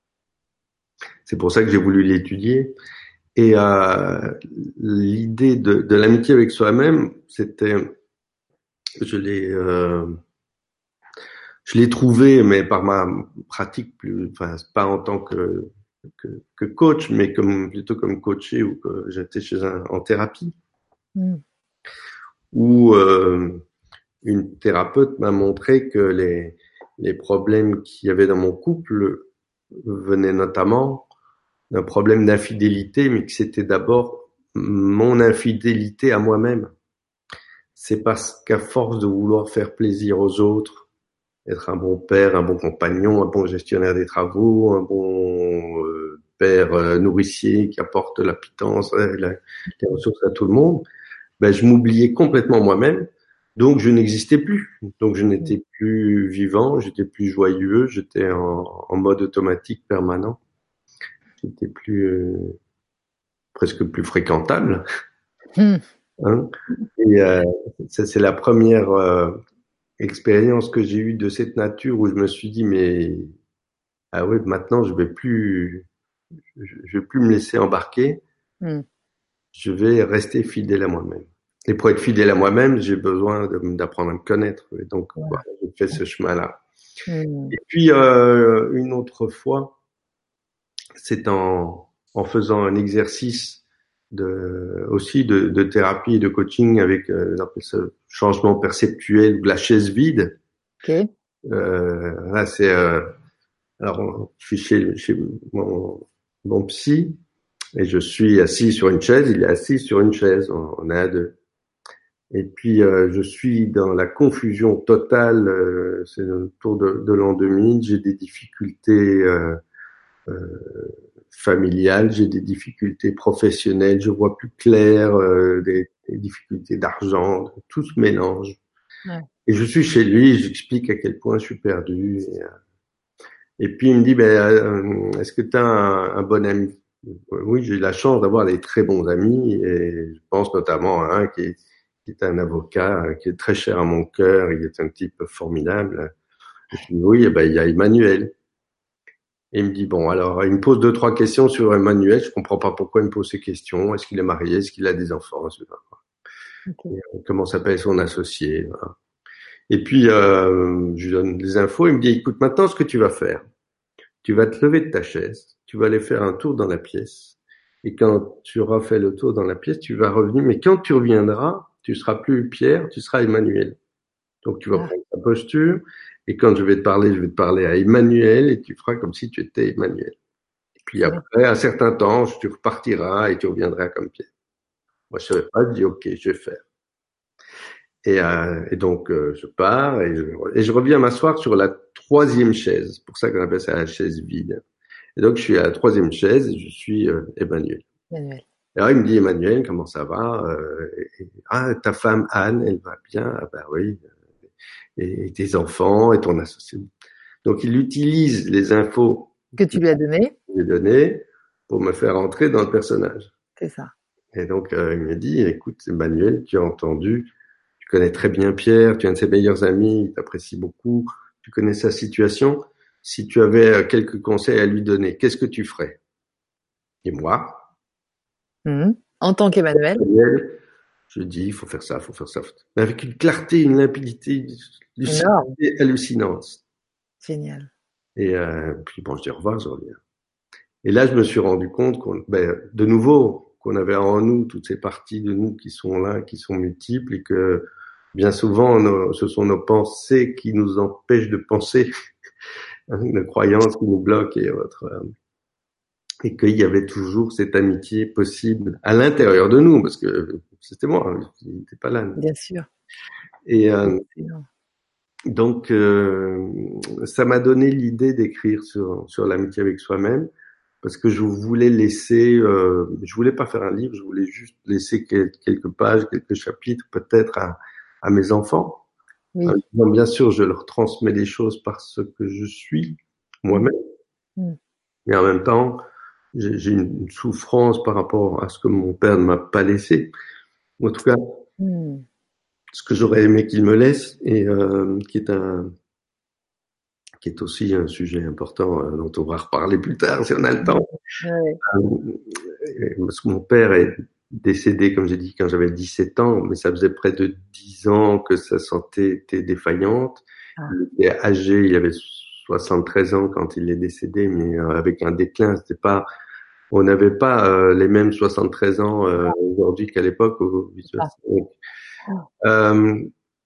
C'est pour ça que j'ai voulu l'étudier. Et euh, l'idée de, de l'amitié avec soi-même, c'était, je l'ai, euh, je l'ai trouvé, mais par ma pratique, plus, enfin, pas en tant que, que, que coach, mais comme plutôt comme coaché ou que j'étais chez un en thérapie, Mm. où euh, une thérapeute m'a montré que les les problèmes qu'il y avait dans mon couple venaient notamment d'un problème d'infidélité, mais que c'était d'abord mon infidélité à moi-même. C'est parce qu'à force de vouloir faire plaisir aux autres, être un bon père, un bon compagnon, un bon gestionnaire des travaux, un bon euh, père euh, nourricier qui apporte la pitance, euh, la, les ressources à tout le monde, ben, je m'oubliais complètement moi-même, donc je n'existais plus. Donc je n'étais plus vivant, j'étais plus joyeux, j'étais en, en mode automatique permanent, j'étais plus euh, presque plus fréquentable. Mm. Hein. Et euh, ça, c'est la première euh, expérience que j'ai eue de cette nature où je me suis dit, mais ah oui, maintenant je vais plus, je, je vais plus me laisser embarquer. Mm. Je vais rester fidèle à moi-même. Et pour être fidèle à moi-même, j'ai besoin de, d'apprendre à me connaître. Et donc, Voilà. voilà, j'ai fait ce chemin-là. Mm. Et puis, euh, une autre fois, c'est en, en faisant un exercice de, aussi de, de thérapie et de coaching avec euh, on appelle ça changement perceptuel ou la chaise vide. Ok. Euh, là, c'est euh, Alors, je suis chez, chez mon, mon psy et je suis assis sur une chaise, il est assis sur une chaise, on, on est à deux. Et puis, euh, je suis dans la confusion totale, euh, c'est autour de, de l'an deux mille, j'ai des difficultés euh, euh, familiales, j'ai des difficultés professionnelles, je vois plus clair, euh, des, des difficultés d'argent, tout se mélange. Ouais. Et je suis chez lui, j'explique à quel point je suis perdu. Et, euh, et puis il me dit, ben, euh, est-ce que tu as un, un bon ami? Oui, j'ai la chance d'avoir des très bons amis et je pense notamment à un qui est, qui est un avocat qui est très cher à mon cœur, il est un type formidable. Et je dis, oui, eh ben, il y a Emmanuel. Et il me dit, bon, alors, il me pose deux, trois questions sur Emmanuel. Je comprends pas pourquoi il me pose ces questions. Est-ce qu'il est marié? Est-ce qu'il a des enfants? Okay. Comment s'appelle son associé? Voilà. Et puis, euh, je lui donne des infos. Il me dit, écoute, maintenant, ce que tu vas faire, tu vas te lever de ta chaise, tu vas aller faire un tour dans la pièce. Et quand tu auras fait le tour dans la pièce, tu vas revenir. Mais quand tu reviendras, tu seras plus Pierre, tu seras Emmanuel. Donc, tu vas Ah. prendre ta posture. Et quand je vais te parler, je vais te parler à Emmanuel et tu feras comme si tu étais Emmanuel. Et puis après, un certain temps, tu repartiras et tu reviendras comme Pierre. Moi, je savais pas, je dis, OK, je vais faire. Et, euh, et donc, euh, je pars et je, et je reviens m'asseoir sur la troisième chaise. C'est pour ça qu'on appelle ça la chaise vide. Et donc, je suis à la troisième chaise et je suis euh, Emmanuel. Emmanuel. Et alors, il me dit, Emmanuel, comment ça va? euh, et, Ah, ta femme Anne, elle va bien? Ah ben oui. Et, et tes enfants et ton associé. Donc, il utilise les infos Que tu lui as donné. que j'ai données pour me faire entrer dans le personnage. C'est ça. Et donc, euh, il me dit, écoute, Emmanuel, tu as entendu, tu connais très bien Pierre, tu es un de ses meilleurs amis, il t'apprécie beaucoup, tu connais sa situation. Si tu avais quelques conseils à lui donner, qu'est-ce que tu ferais? Et moi, mmh. En tant qu'Emmanuel, je dis, il faut faire ça, il faut faire ça. Mais avec une clarté, une limpidité, une lucidité hallucinante. Génial. Et euh, puis bon, je dis au revoir, je reviens. Et là, je me suis rendu compte qu'on, ben, de nouveau, qu'on avait en nous toutes ces parties de nous qui sont là, qui sont multiples, et que bien souvent, nos, ce sont nos pensées qui nous empêchent de penser, nos croyances qui nous bloquent et autres. Et qu'il y avait toujours cette amitié possible à l'intérieur de nous, parce que c'était moi, il n'était pas là. Bien sûr. Et euh, donc, euh, ça m'a donné l'idée d'écrire sur, sur l'amitié avec soi-même, parce que je voulais laisser, euh, je voulais pas faire un livre, je voulais juste laisser quelques pages, quelques chapitres peut-être à, à mes enfants. Oui. Donc, bien sûr, je leur transmets des choses parce que je suis moi-même, mmh. mais en même temps, j'ai, j'ai une souffrance par rapport à ce que mon père ne m'a pas laissé. En tout cas, mmh. ce que j'aurais aimé qu'il me laisse, et euh, qui est un qui est aussi un sujet important euh, dont on va reparler plus tard si on a le temps. Ouais. Euh, parce que mon père est décédé, comme j'ai dit, quand j'avais dix-sept ans, mais ça faisait près de dix ans que sa santé était défaillante. Ah. Il était âgé, il avait soixante-treize ans quand il est décédé, mais euh, avec un déclin, c'était pas, on n'avait pas euh, les mêmes soixante-treize ans euh, ah. aujourd'hui qu'à l'époque. Ah. Euh,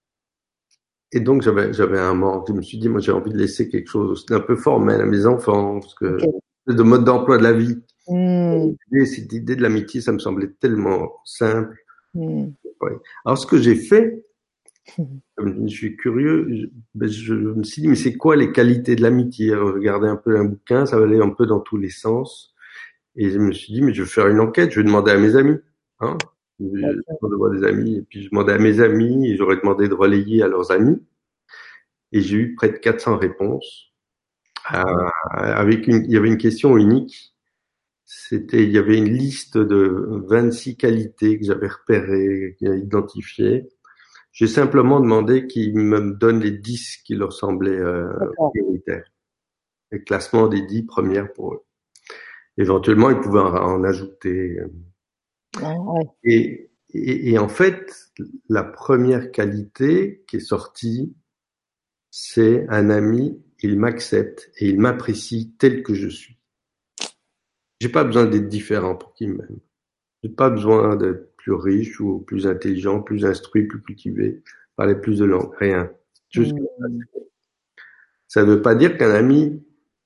Et donc, j'avais, j'avais un manque. Je me suis dit, moi, j'ai envie de laisser quelque chose d'un peu formel à mes enfants, parce que, okay. de mode d'emploi de la vie. Mmh. Et cette idée de l'amitié, ça me semblait tellement simple. Mmh. Ouais. Alors, ce que j'ai fait, comme je suis curieux, je, ben, je me suis dit, mais c'est quoi les qualités de l'amitié? Alors, je regardais un peu un bouquin, ça allait un peu dans tous les sens. Et je me suis dit, mais je vais faire une enquête, je vais demander à mes amis. Hein? Je demandais des amis, et puis je demandais à mes amis, et j'aurais demandé de relayer à leurs amis. Et j'ai eu près de quatre cents réponses. Euh, avec une, il y avait une question unique. C'était, il y avait une liste de vingt-six qualités que j'avais repérées, identifiées. J'ai simplement demandé qu'ils me donnent les dix qui leur semblaient euh, prioritaires. Le classement des dix premières pour eux. Éventuellement, ils pouvaient en ajouter. Ouais. Et, et, et en fait, la première qualité qui est sortie, c'est un ami, il m'accepte et il m'apprécie tel que je suis. J'ai pas besoin d'être différent pour qu'il m'aime. J'ai pas besoin d'être plus riche ou plus intelligent, plus instruit, plus cultivé, parler plus de langues, rien. Juste mmh. Ça ne veut pas dire qu'un ami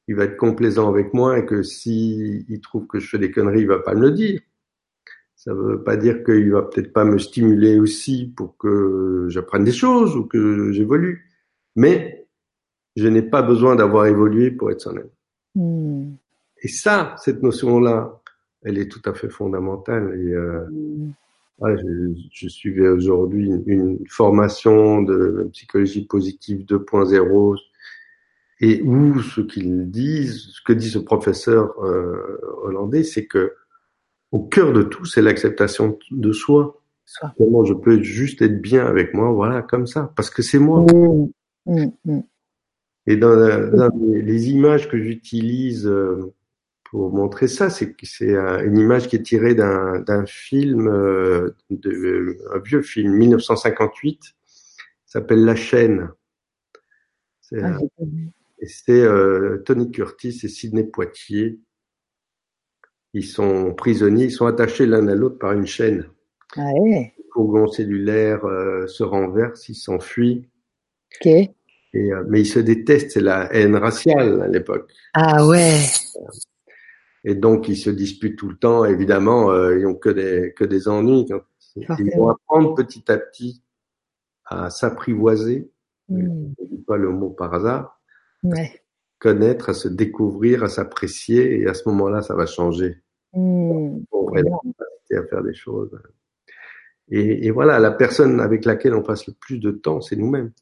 il va être complaisant avec moi et que si il trouve que je fais des conneries, il va pas me le dire. Ça veut pas dire qu'il va peut-être pas me stimuler aussi pour que j'apprenne des choses ou que j'évolue. Mais je n'ai pas besoin d'avoir évolué pour être son ami. Mm. Et ça, cette notion-là, elle est tout à fait fondamentale. Et euh, Mm. ouais, je, je suivais aujourd'hui une, une formation de psychologie positive deux point zéro et où ce qu'ils disent, ce que dit ce professeur euh, hollandais, c'est que au cœur de tout, c'est l'acceptation de soi. Soit. Comment je peux juste être bien avec moi, voilà, comme ça, parce que c'est moi. Mm. Mm. Mm. Et dans, la, dans les, les images que j'utilise euh, pour montrer ça, c'est que c'est un, une image qui est tirée d'un, d'un film, euh, de, un vieux film, mille neuf cent cinquante-huit, s'appelle La Chaîne. C'est, Ah, euh, j'ai pas vu. et c'est euh, Tony Curtis et Sidney Poitier. Ils sont prisonniers, ils sont attachés l'un à l'autre par une chaîne. Ah ouais. Le fourgon cellulaire euh, se renverse, ils s'enfuient. Ok. Et, euh, mais ils se détestent, c'est la haine raciale à l'époque. Ah ouais. Et donc ils se disputent tout le temps. Évidemment, euh, ils ont que des que des ennuis. Quand ils vont Forcément. apprendre petit à petit à s'apprivoiser. Je ne Mm. dis pas le mot par hasard. Ouais. Connaître, à se découvrir, à s'apprécier. Et à ce moment-là, ça va changer. Mm. Pour Trop être bien. capacité à faire des choses. Et, et voilà, la personne avec laquelle on passe le plus de temps, c'est nous-mêmes.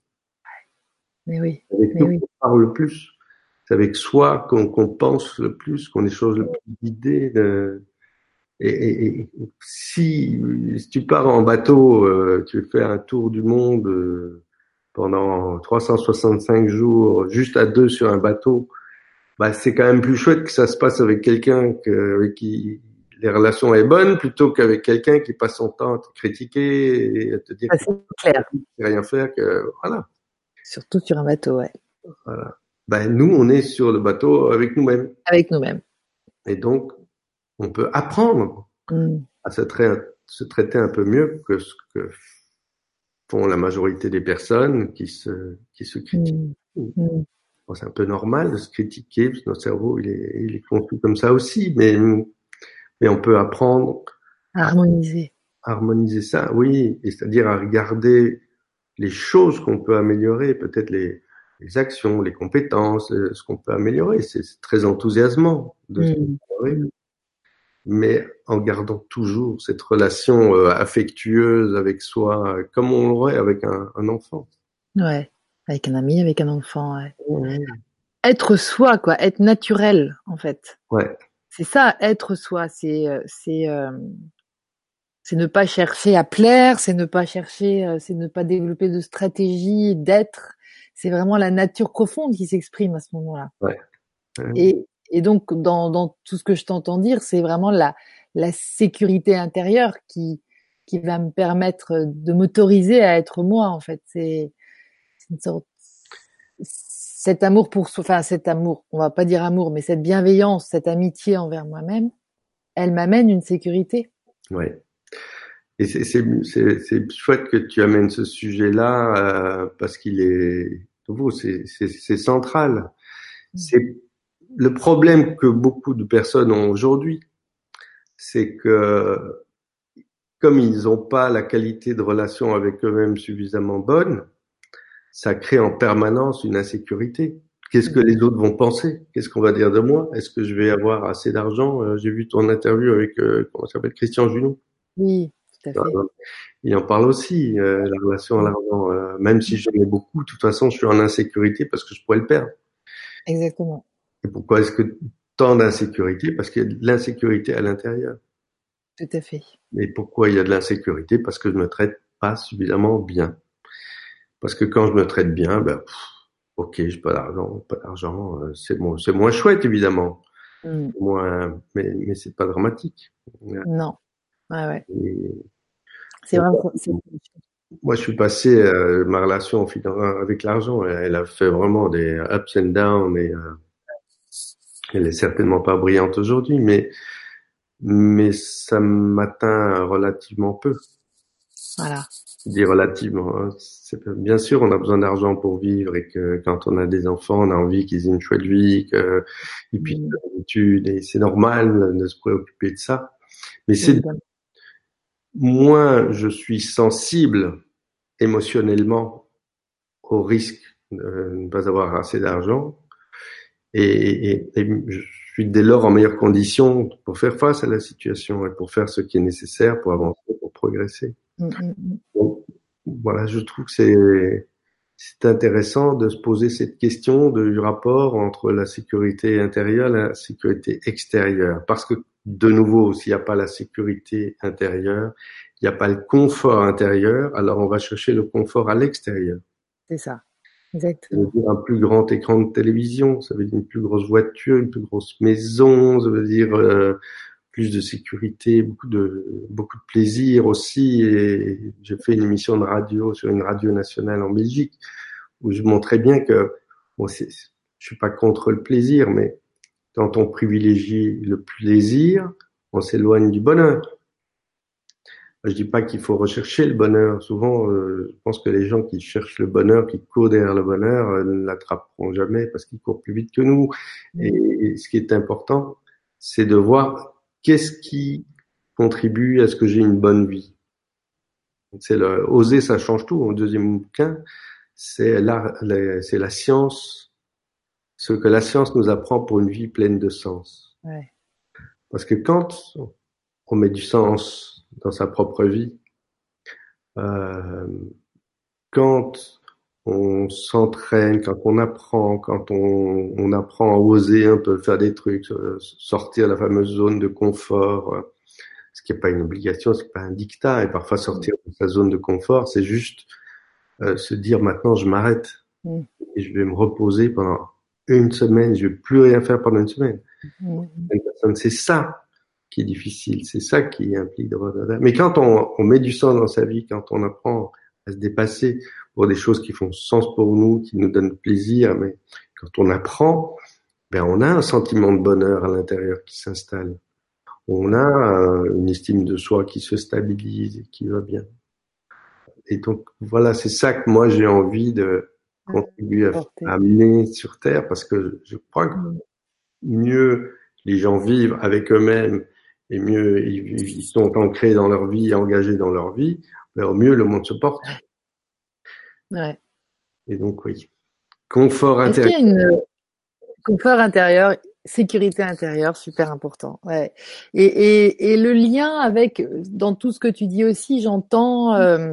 Mais oui. Avec Mais nous oui. qu'on parle le plus. C'est avec soi qu'on qu'on pense le plus, qu'on échange le plus d'idées. De... Et, et, et si, si tu pars en bateau, euh, tu fais un tour du monde euh, pendant trois cent soixante-cinq jours, juste à deux sur un bateau, bah c'est quand même plus chouette que ça se passe avec quelqu'un que, avec qui les relations est bonnes plutôt qu'avec quelqu'un qui passe son temps à te critiquer et à te dire Ça, que c'est clair. tu sais rien faire, que voilà, Surtout sur un bateau, ouais. voilà. Ben nous, on est sur le bateau avec nous-mêmes Avec nous-mêmes. et donc on peut apprendre Mm. à se, tra- se traiter un peu mieux que ce que font la majorité des personnes qui se qui se critiquent. Mm. Mm. Bon, c'est un peu normal de se critiquer parce que notre cerveau il est il est conçu comme ça aussi, mais mais on peut apprendre Harmoniser. harmoniser ça, oui, et c'est-à-dire à regarder les choses qu'on peut améliorer, peut-être les, les actions, les compétences, euh, ce qu'on peut améliorer. C'est très enthousiasmant de Mm. s'améliorer, Mm. mais en gardant toujours cette relation euh, affectueuse avec soi, euh, comme on l'aurait avec un, un enfant. Ouais. Avec un ami, avec un enfant, ouais. Ouais, Être soi, quoi. Être naturel, en fait. ouais, C'est ça, être soi. C'est, euh, c'est, euh, c'est ne pas chercher à plaire, c'est ne pas chercher, euh, c'est ne pas développer de stratégie d'être. C'est vraiment la nature profonde qui s'exprime à ce moment-là. ouais. Ouais. Et, et donc, dans, dans tout ce que je t'entends dire, c'est vraiment la, la sécurité intérieure qui, qui va me permettre de m'autoriser à être moi, en fait. C'est, c'est une sorte, cet amour pour soi, enfin, cet amour, on va pas dire amour, mais cette bienveillance, cette amitié envers moi-même, elle m'amène une sécurité. Ouais. Et c'est c'est c'est c'est chouette que tu amènes ce sujet-là euh, parce qu'il est nouveau, c'est c'est c'est central. C'est le problème que beaucoup de personnes ont aujourd'hui, c'est que comme ils n'ont pas la qualité de relation avec eux-mêmes suffisamment bonne, ça crée en permanence une insécurité. Qu'est-ce que les autres vont penser? Qu'est-ce qu'on va dire de moi? Est-ce que je vais avoir assez d'argent? Euh, J'ai vu ton interview avec euh, comment ça s'appelle Christian Junot. Oui, tout à fait. Il en parle aussi, euh, la relation à l'argent. Euh, même si j'en ai beaucoup, de toute façon, je suis en insécurité parce que je pourrais le perdre. Exactement. Et pourquoi est-ce que tant d'insécurité? Parce qu'il y a de l'insécurité à l'intérieur. Tout à fait. Et pourquoi il y a de l'insécurité? Parce que je me traite pas suffisamment bien. Parce que quand je me traite bien, ben, pff, ok, j'ai pas d'argent, pas d'argent, euh, c'est bon, c'est moins chouette évidemment, Mm. c'est moins, mais mais c'est pas dramatique. Non. Ouais, ouais. Et, C'est et vraiment, c'est, moi, je suis passé euh, ma relation avec l'argent, elle, elle a fait vraiment des ups and downs, et euh, elle est certainement pas brillante aujourd'hui, mais mais ça m'atteint relativement peu. voilà. Je dis relativement. Hein. C'est, bien sûr, on a besoin d'argent pour vivre et que quand on a des enfants, on a envie qu'ils aient une chouette vie, qu'ils puissent Mmh. faire des études et c'est normal de se préoccuper de ça. Mais c'est Évidemment. moins je suis sensible émotionnellement au risque de ne pas avoir assez d'argent et, et, et je suis dès lors en meilleures conditions pour faire face à la situation et pour faire ce qui est nécessaire pour avancer, pour progresser. Mmh, mmh, mmh. Donc, voilà, je trouve que c'est c'est intéressant de se poser cette question du rapport entre la sécurité intérieure et la sécurité extérieure. Parce que, de nouveau, s'il n'y a pas la sécurité intérieure, il n'y a pas le confort intérieur, alors on va chercher le confort à l'extérieur. C'est ça, Ça veut exactement. dire un plus grand écran de télévision, ça veut dire une plus grosse voiture, une plus grosse maison, ça veut dire euh, plus de sécurité, beaucoup de beaucoup de plaisir aussi. Et j'ai fait une émission de radio sur une radio nationale en Belgique où je montrais bien que bon, c'est, je suis pas contre le plaisir, mais quand on privilégie le plaisir, on s'éloigne du bonheur. Je dis pas qu'il faut rechercher le bonheur. Souvent, euh, je pense que les gens qui cherchent le bonheur, qui courent derrière le bonheur, euh, ne l'attraperont jamais parce qu'ils courent plus vite que nous. Et, et ce qui est important, c'est de voir qu'est-ce qui contribue à ce que j'ai une bonne vie. C'est le oser, ça change tout. Au deuxième bouquin, c'est la, la, c'est la science, ce que la science nous apprend pour une vie pleine de sens. Ouais. Parce que quand on met du sens dans sa propre vie, euh, quand on s'entraîne, quand on apprend, quand on, on apprend à oser un peu faire des trucs, sortir de la fameuse zone de confort, ce qui n'est pas une obligation, c'est pas un dictat, et parfois sortir de sa zone de confort, c'est juste euh, se dire maintenant je m'arrête Mmh. et je vais me reposer pendant une semaine, je vais plus rien faire pendant une semaine. Mmh. C'est ça qui est difficile, c'est ça qui implique de revenir. Mais quand on, on met du sens dans sa vie, quand on apprend à se dépasser pour des choses qui font sens pour nous, qui nous donnent plaisir, mais quand on apprend, ben on a un sentiment de bonheur à l'intérieur qui s'installe. On a euh, une estime de soi qui se stabilise et qui va bien. Et donc voilà, c'est ça que moi j'ai envie de contribuer à, à amener sur Terre, parce que je crois que mieux les gens vivent avec eux-mêmes et mieux ils, ils sont ancrés dans leur vie, engagés dans leur vie, ben, mieux le monde se porte. Ouais. Et donc oui, confort Est-ce qu'il intérieur. y a une confort intérieur, sécurité intérieure, super important. Ouais. Et, et, et le lien avec, dans tout ce que tu dis aussi, j'entends euh,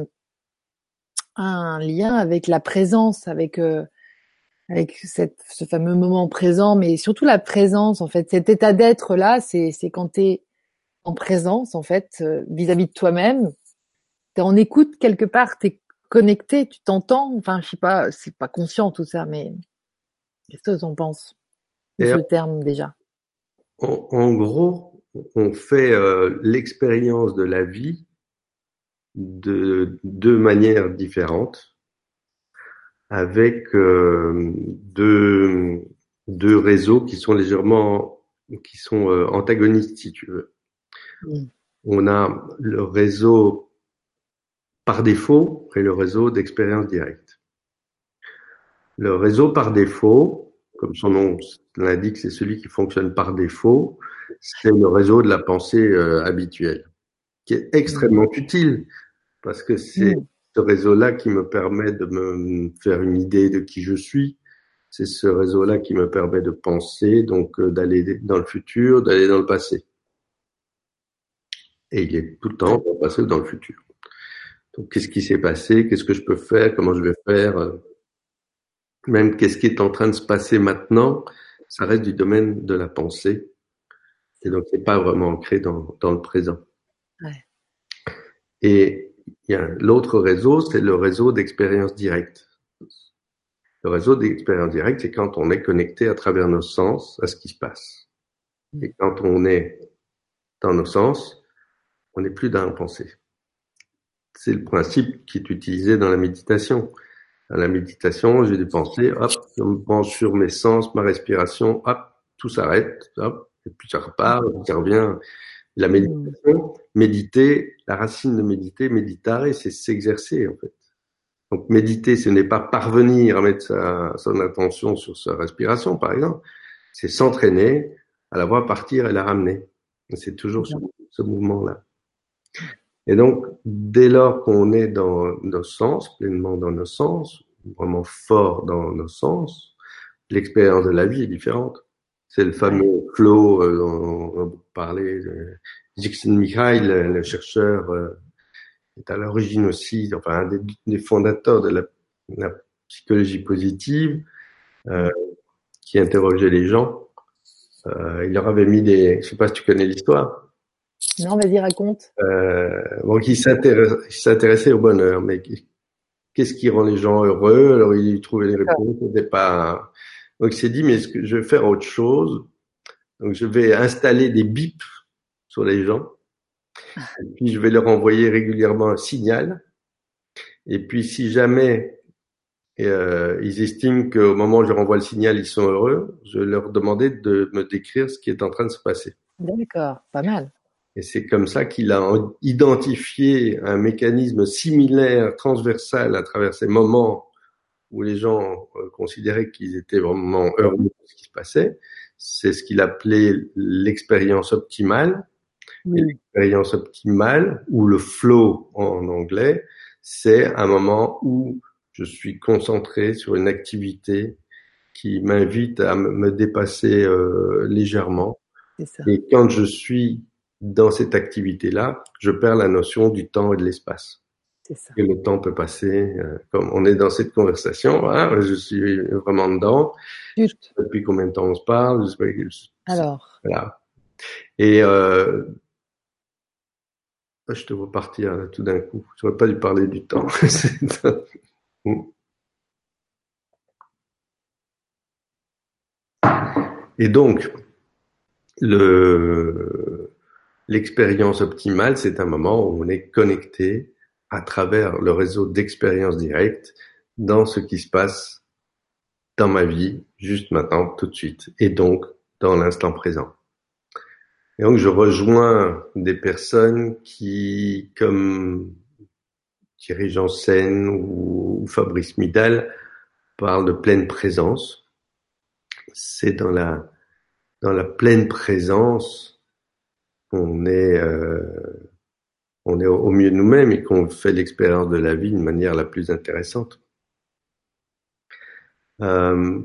un lien avec la présence, avec euh, avec cette, ce fameux moment présent, mais surtout la présence en fait, cet état d'être là, c'est c'est quand t'es en présence en fait euh, vis-à-vis de toi-même, t'es en écoute quelque part, t'es connecté, tu t'entends. Enfin, je sais pas, c'est pas conscient tout ça, mais qu'est-ce que tu en penses de Et ce terme déjà? en, en gros, on fait euh, l'expérience de la vie de deux manières différentes, avec euh, deux, deux réseaux qui sont légèrement, qui sont euh, antagonistes, si tu veux. Mmh. On a le réseau par défaut et le réseau d'expérience directe. Le réseau par défaut, comme son nom l'indique, c'est celui qui fonctionne par défaut, c'est le réseau de la pensée euh, habituelle, qui est extrêmement mmh. utile, parce que c'est mmh. ce réseau-là qui me permet de me faire une idée de qui je suis. C'est ce réseau-là qui me permet de penser, donc euh, d'aller dans le futur, d'aller dans le passé. Et il est tout le temps dans le passé ou dans le futur. Donc, qu'est-ce qui s'est passé? Qu'est-ce que je peux faire? Comment je vais faire? Même qu'est-ce qui est en train de se passer maintenant? Ça reste du domaine de la pensée. Et donc, c'est pas vraiment ancré dans, dans le présent. Ouais. Et il y a l'autre réseau, c'est le réseau d'expérience directe. Le réseau d'expérience directe, c'est quand on est connecté à travers nos sens à ce qui se passe. Et quand on est dans nos sens, on n'est plus dans la pensée. C'est le principe qui est utilisé dans la méditation. Dans la méditation, j'ai des pensées, hop, je me penche sur mes sens, ma respiration, hop, tout s'arrête, hop, et puis ça repart, et puis ça revient. La méditation, méditer, la racine de méditer, méditare, c'est s'exercer en fait. Donc méditer, ce n'est pas parvenir à mettre sa, son attention sur sa respiration, par exemple, c'est s'entraîner à la voir partir et la ramener. C'est toujours ce, ce mouvement-là. Et donc, dès lors qu'on est dans nos sens, pleinement dans nos sens, vraiment fort dans nos sens, l'expérience de la vie est différente. C'est le fameux flow euh, dont on va parler. Csikszentmihalyi, le, le chercheur, euh, est à l'origine aussi, enfin, un des, des fondateurs de la, la psychologie positive, euh, qui interrogeait les gens. Euh, il leur avait mis des, je sais pas si tu connais l'histoire. Non, vas-y, raconte. Euh, donc, il s'intéressait, il s'intéressait au bonheur, mais qu'est-ce qui rend les gens heureux? Alors, il trouvait les réponses, c'était pas, donc, il s'est dit, mais est-ce que je vais faire autre chose? Donc, je vais installer des bips sur les gens. Et puis, je vais leur envoyer régulièrement un signal. Et puis, si jamais euh, ils estiment qu'au moment où je leur envoie le signal, ils sont heureux, je leur demandais de me décrire ce qui est en train de se passer. D'accord, pas mal. Et c'est comme ça qu'il a identifié un mécanisme similaire, transversal, à travers ces moments où les gens euh, considéraient qu'ils étaient vraiment heureux de ce qui se passait. C'est ce qu'il appelait l'expérience optimale. Oui. Et l'expérience optimale, ou le flow en anglais, c'est un moment où je suis concentré sur une activité qui m'invite à me dépasser euh, légèrement. C'est ça. Et quand je suis dans cette activité-là, je perds la notion du temps et de l'espace. C'est ça. Et le temps peut passer, euh, comme on est dans cette conversation, hein, je suis vraiment dedans. Juste. Depuis combien de temps on se parle, je sais pas, je, Alors. Voilà. Et euh, je te vois partir là, tout d'un coup. Je n'aurais pas dû parler du temps. Et donc, le, l'expérience optimale, c'est un moment où on est connecté à travers le réseau d'expériences directes dans ce qui se passe dans ma vie, juste maintenant, tout de suite, et donc dans l'instant présent. Et donc, je rejoins des personnes qui, comme Thierry Janssen ou Fabrice Midal, parlent de pleine présence. C'est dans la, dans la pleine présence qu'on est, euh, on est au mieux de nous-mêmes et qu'on fait l'expérience de la vie de manière la plus intéressante. Euh,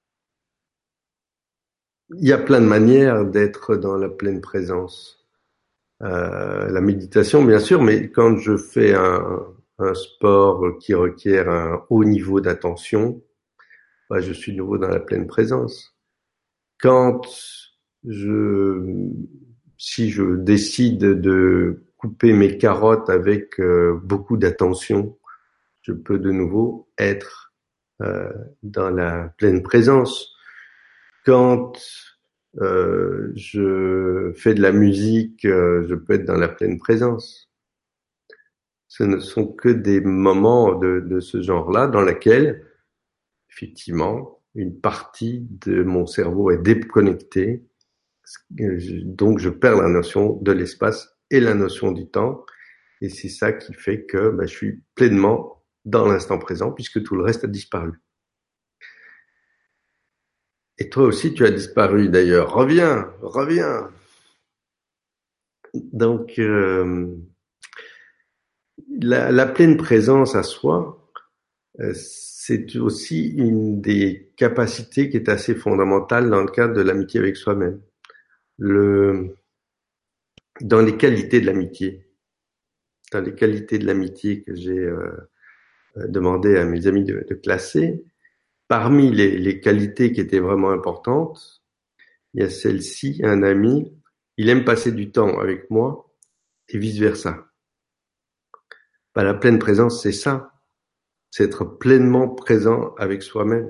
il y a plein de manières d'être dans la pleine présence. Euh, la méditation, bien sûr, mais quand je fais un, un sport qui requiert un haut niveau d'attention, bah, je suis de nouveau dans la pleine présence. Quand je, si je décide de couper mes carottes avec euh, beaucoup d'attention, je peux de nouveau être euh, dans la pleine présence. Quand euh, je fais de la musique, euh, je peux être dans la pleine présence. Ce ne sont que des moments de, de ce genre-là dans lesquels, effectivement, une partie de mon cerveau est déconnectée, donc je perds la notion de l'espace et la notion du temps, et c'est ça qui fait que ben, je suis pleinement dans l'instant présent puisque tout le reste a disparu. Et toi aussi, tu as disparu d'ailleurs. Reviens, reviens. Donc, euh, la, la pleine présence à soi, euh, c'est aussi une des capacités qui est assez fondamentale dans le cadre de l'amitié avec soi-même. Le, dans les qualités de l'amitié, dans les qualités de l'amitié que j'ai euh, demandé à mes amis de, de classer, parmi les, les qualités qui étaient vraiment importantes, il y a celle-ci, un ami, il aime passer du temps avec moi et vice-versa. Ben, la pleine présence, c'est ça. C'est être pleinement présent avec soi-même.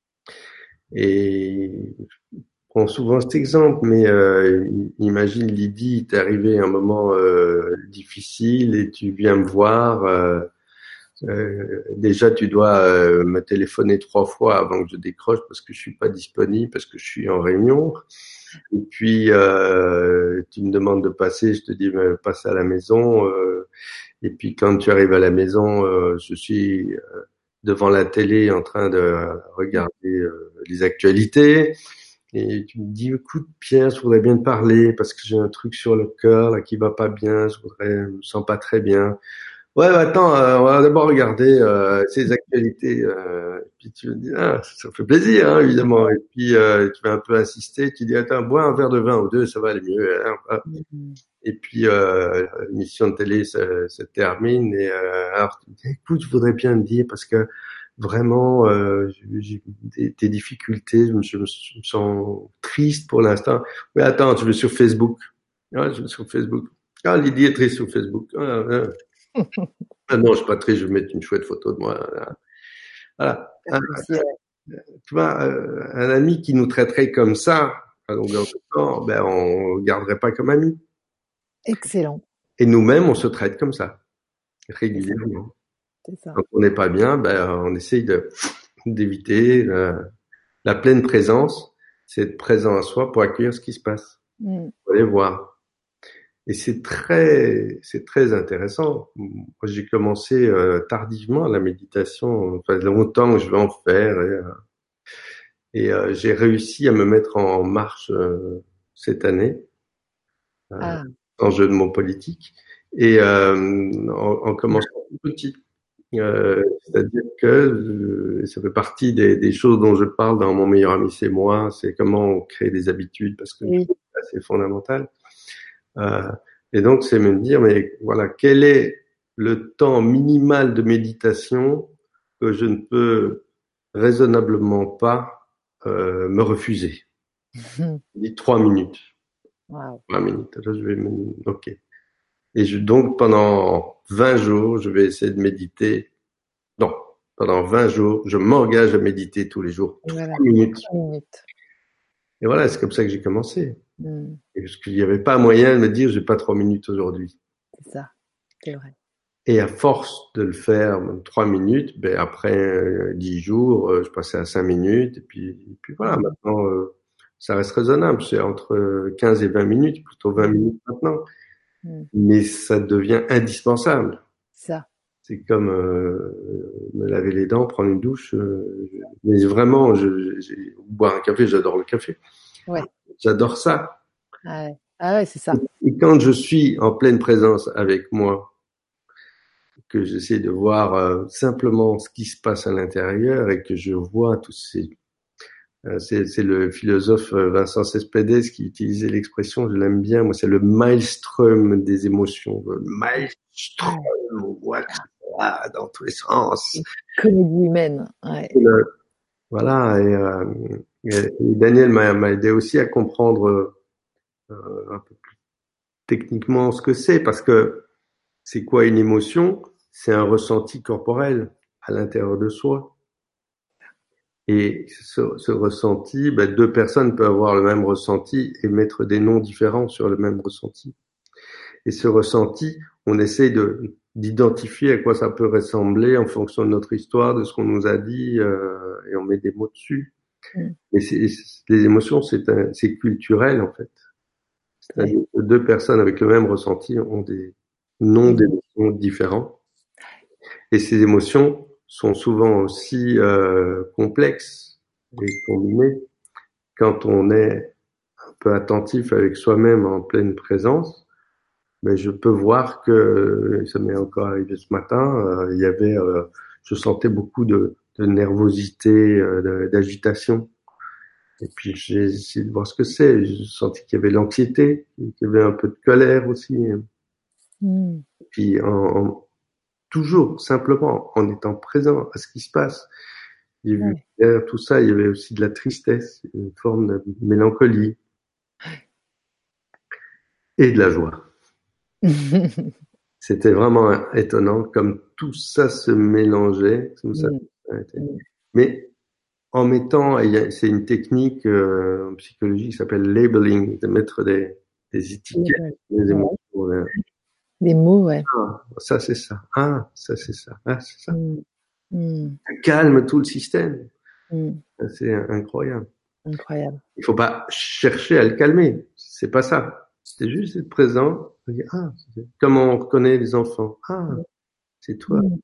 Et je prends souvent cet exemple, mais euh, imagine Lydie, t'es arrivé à un moment euh, difficile et tu viens me voir, euh, Euh, déjà, tu dois euh, me téléphoner trois fois avant que je décroche parce que je suis pas disponible, parce que je suis en réunion. Et puis, euh, tu me demandes de passer, je te dis, mais passe à la maison. Euh, et puis, quand tu arrives à la maison, euh, je suis devant la télé en train de regarder euh, les actualités. Et tu me dis, écoute, Pierre, je voudrais bien te parler parce que j'ai un truc sur le cœur là qui va pas bien. Je voudrais, je me sens pas très bien. Ouais, bah, attends, euh, on va d'abord regarder euh, ces actualités. Euh, et puis tu me dis, ah, ça fait plaisir, hein, évidemment. Et puis euh, tu vas un peu insister. Tu dis, attends, bois un verre de vin ou deux, ça va aller mieux. Hein. Mhm. Et puis euh, l'émission de télé se, se termine. Et euh, alors, tu dis, écoute, je voudrais bien me dire parce que vraiment, euh, j'ai des, des difficultés. Je me, je me sens triste pour l'instant. Mais attends, tu veux sur Facebook? Ah, je vais sur Facebook. Ah, Lydie est triste sur Facebook. Ah, ah. Ah non, je suis pas triste, je vais mettre une chouette photo de moi. Voilà. Un, tu vois, euh, un ami qui nous traiterait comme ça, à longueur de temps, ben, on le garderait pas comme ami. Excellent. Et nous-mêmes, on se traite comme ça, C'est ça. régulièrement. C'est ça. Quand on n'est pas bien, ben, on essaye de, d'éviter la, la pleine présence. C'est être présent à soi pour accueillir ce qui se passe. Mm. Faut aller voir. Et c'est très, c'est très intéressant. Moi, j'ai commencé euh, tardivement la méditation. Enfin, longtemps que je vais en faire. Et, euh, et euh, j'ai réussi à me mettre en marche euh, cette année, euh, Ah. en jeu de mots politique, et euh, en, en commençant tout petit. Euh, c'est-à-dire que euh, ça fait partie des, des choses dont je parle dans Mon meilleur ami, c'est moi. C'est comment on crée des habitudes, parce que Oui. c'est assez fondamental. Euh, et donc, c'est me dire, mais voilà, quel est le temps minimal de méditation que je ne peux raisonnablement pas euh, me refuser? Je dis trois minutes. Wow. Trois minutes. Là, je vais me... Ok. Et je, donc, pendant vingt jours, je vais essayer de méditer. Non, pendant vingt jours, je m'engage à méditer tous les jours. Voilà. Trois minutes. Trois minutes. Et voilà, c'est comme ça que j'ai commencé. Mm. Et parce qu'il n'y avait pas moyen de me dire, j'ai pas trois minutes aujourd'hui. C'est ça. C'est vrai. Et à force de le faire même trois minutes, ben après euh, dix jours, euh, je passais à cinq minutes. Et puis, et puis voilà, Mm. maintenant, euh, ça reste raisonnable. C'est entre quinze et vingt minutes, plutôt vingt minutes maintenant. Mm. Mais ça devient indispensable. Ça. C'est comme euh, me laver les dents, prendre une douche. Euh, je- mais vraiment, je, je, boire un café, j'adore le café. Ouais. J'adore ça. Ah ouais. Ah ouais, c'est ça. Et quand je suis en pleine présence avec moi, que j'essaie de voir euh, simplement ce qui se passe à l'intérieur et que je vois tous ces... Euh, c'est, c'est le philosophe euh, Vincent Cespedes qui utilisait l'expression, je l'aime bien, moi c'est le maelstrom des émotions. Le maelstrom, on voit que ça va dans tous les sens. Comédie humaine. Ouais. Et le- voilà, et, euh, et, et Daniel m'a, m'a aidé aussi à comprendre euh, un peu plus techniquement ce que c'est, parce que c'est quoi une émotion? C'est un ressenti corporel à l'intérieur de soi. Et ce, ce ressenti, ben, deux personnes peuvent avoir le même ressenti et mettre des noms différents sur le même ressenti. Et ce ressenti, on essaie de d'identifier à quoi ça peut ressembler en fonction de notre histoire, de ce qu'on nous a dit, euh, et on met des mots dessus. Mm. Et c'est, les émotions, c'est, un, c'est culturel en fait. C'est-à-dire Ouais. que deux personnes avec le même ressenti ont des noms Mm. d'émotions différents. Et ces émotions sont souvent aussi euh, complexes et combinées quand on est un peu attentif avec soi-même en pleine présence. Mais je peux voir que ça m'est encore arrivé ce matin. Euh, il y avait, euh, je sentais beaucoup de, de nervosité, euh, de- d'agitation. Et puis j'ai essayé de voir ce que c'est. J'ai senti qu'il y avait l'anxiété, qu'il y avait un peu de colère aussi. Mm. Et puis en, en- toujours simplement en étant présent à ce qui se passe. J'ai vu Ouais. derrière tout ça, il y avait aussi de la tristesse, une forme de mélancolie et de la joie. C'était vraiment étonnant comme tout ça se mélangeait. Tout ça, Mm. Mm. mais en mettant, il y a- c'est une technique euh, en psychologie qui s'appelle labeling, de mettre des, des étiquettes, des Ouais. émotions. Là. Des mots, ouais. Ah, ça c'est ça. Ah, ça c'est ça. Ah, c'est ça. Mm. Mm. Ça calme tout le système. Mm. C'est incroyable. Incroyable. Il faut pas chercher à le calmer. C'est pas ça. C'est juste être présent. Dire, ah, comment on reconnaît les enfants. Ah, c'est toi. Mm.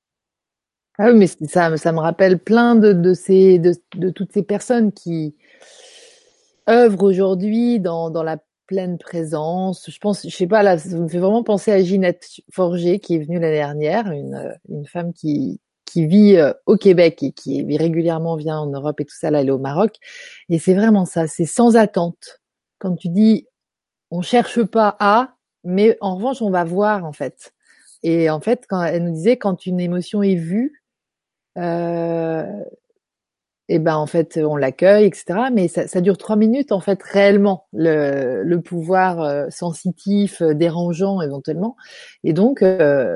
Ah oui, mais ça, ça me rappelle plein de, de ces, de, de toutes ces personnes qui œuvrent aujourd'hui dans, dans la pleine présence. Je pense, je sais pas, là, ça me fait vraiment penser à Ginette Forger qui est venue l'année dernière, une, une femme qui, qui vit euh, au Québec et qui régulièrement vient en Europe et tout ça, là, elle est au Maroc. Et c'est vraiment ça, c'est sans attente. Quand tu dis, on cherche pas à, mais en revanche, on va voir, en fait. Et en fait, quand elle nous disait, quand une émotion est vue, euh, et ben en fait on l'accueille, et cetera. Mais ça, ça dure trois minutes en fait réellement le, le pouvoir euh, sensitif, euh, dérangeant éventuellement. Et donc euh,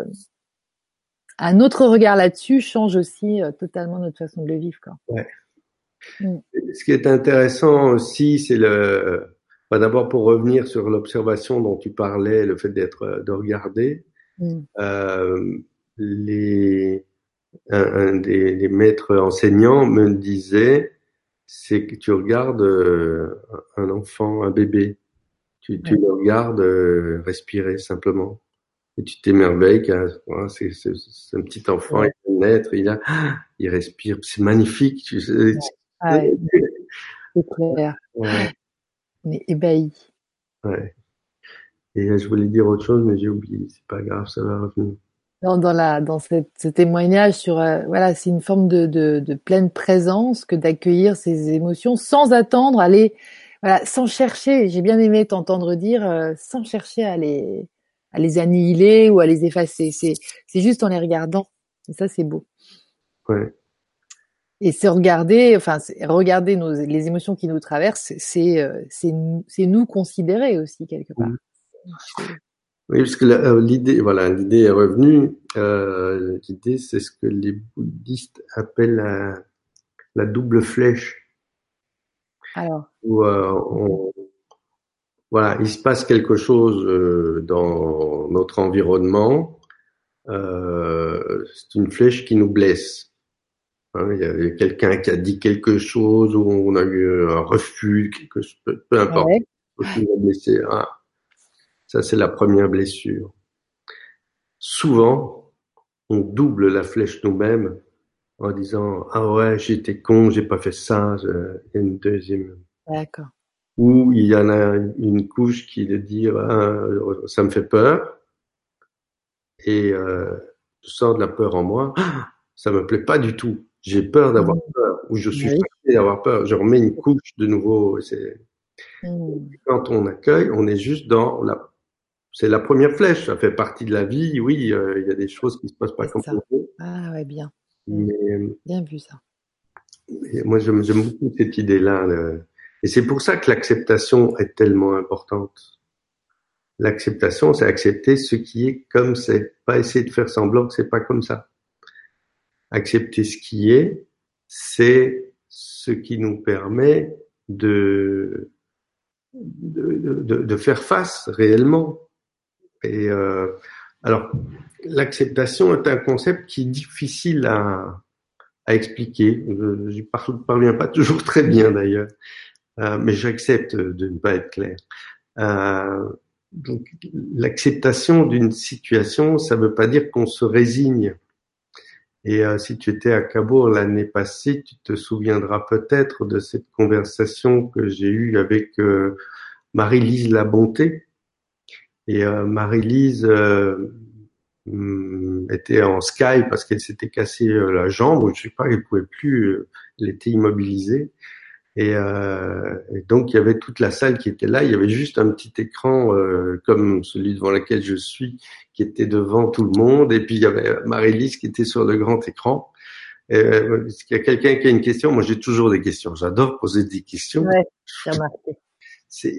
un autre regard là-dessus change aussi euh, totalement notre façon de le vivre, quoi. Ouais. Mm. Ce qui est intéressant aussi, c'est le. Bah, d'abord pour revenir sur l'observation dont tu parlais, le fait d'être, de regarder. Mm. Euh, les un, un des, des maîtres enseignants me disait, c'est que tu regardes euh, un enfant, un bébé, tu, tu Ouais. le regardes euh, respirer simplement. Et tu t'émerveilles, qu'un- ouais, c'est, c'est, c'est un petit enfant, il Ouais. vient de naître, il a, il respire, c'est magnifique. Tu sais. Ah ouais, c'est clair. Ouais, On est ébahi. ouais. Et euh, je voulais dire autre chose, mais j'ai oublié. C'est pas grave, ça va revenir. Dans, dans la dans cette, ce témoignage sur euh, voilà, c'est une forme de, de, de pleine présence que d'accueillir ces émotions sans attendre à les voilà, sans chercher. J'ai bien aimé t'entendre dire euh, sans chercher à les à les annihiler ou à les effacer. C'est c'est juste en les regardant. Et ça c'est beau. Ouais. Et se regarder, enfin c'est- regarder nos les émotions qui nous traversent, c'est euh, c'est nous- c'est nous considérer aussi quelque Mm. part. C'est- Oui, parce que la- euh, l'idée, voilà, l'idée est revenue. Euh, l'idée, c'est ce que les bouddhistes appellent la, la double flèche, Alors, où euh, on, voilà, il se passe quelque chose euh, dans notre environnement. Euh, c'est une flèche qui nous blesse. Hein, il y a quelqu'un qui a dit quelque chose, ou on a eu un refus, quelque chose, peu, peu importe, ouais. quelque chose qui nous a blessé. Ah, ça, c'est la première blessure. Souvent, on double la flèche nous-mêmes en disant ah ouais, j'étais con, j'ai pas fait ça. Je- Il y a une deuxième. D'accord. Ou il y en a une couche qui de dire ah, ça me fait peur et euh, je sens de la peur en moi. Ah, ça me plaît pas du tout. J'ai peur d'avoir Mm. peur ou je suis Oui. fatigué d'avoir peur. Je remets une couche de nouveau. C'est Mm. quand on accueille, on est juste dans la. C'est la première flèche. Ça fait partie de la vie. Oui, euh, il y a des choses qui se passent pas C'est comme on ça. veut, Ah ouais, bien. Mm. mais Bien vu ça. et moi, j'aime j'aime beaucoup cette idée-là. le- Et c'est pour ça que l'acceptation est tellement importante. L'acceptation, c'est accepter ce qui est comme c'est. Pas essayer de faire semblant que c'est pas comme ça. Accepter ce qui est, c'est ce qui nous permet de, de, de, de faire face réellement. Et euh, alors, l'acceptation est un concept qui est difficile à, à expliquer. Je n'y parviens pas toujours très bien d'ailleurs. Euh, mais j'accepte de ne pas être clair. Euh, donc, l'acceptation d'une situation, ça ne veut pas dire qu'on se résigne. Et euh, si tu étais à Cabourg l'année passée, tu te souviendras peut-être de cette conversation que j'ai eue avec euh, Marie-Lise Labonté. Et euh, Marie-Lise euh, hum, était en Skype parce qu'elle s'était cassé euh, la jambe, ou je sais pas, elle pouvait plus, euh, elle était immobilisée. Et, euh, et donc, il y avait toute la salle qui était là. Il y avait juste un petit écran euh, comme celui devant lequel je suis, qui était devant tout le monde. Et puis, il y avait Marie-Lise qui était sur le grand écran. Euh, Est-ce qu'il y a quelqu'un qui a une question? Moi, j'ai toujours des questions. J'adore poser des questions. Ouais, j'ai remarqué. C'est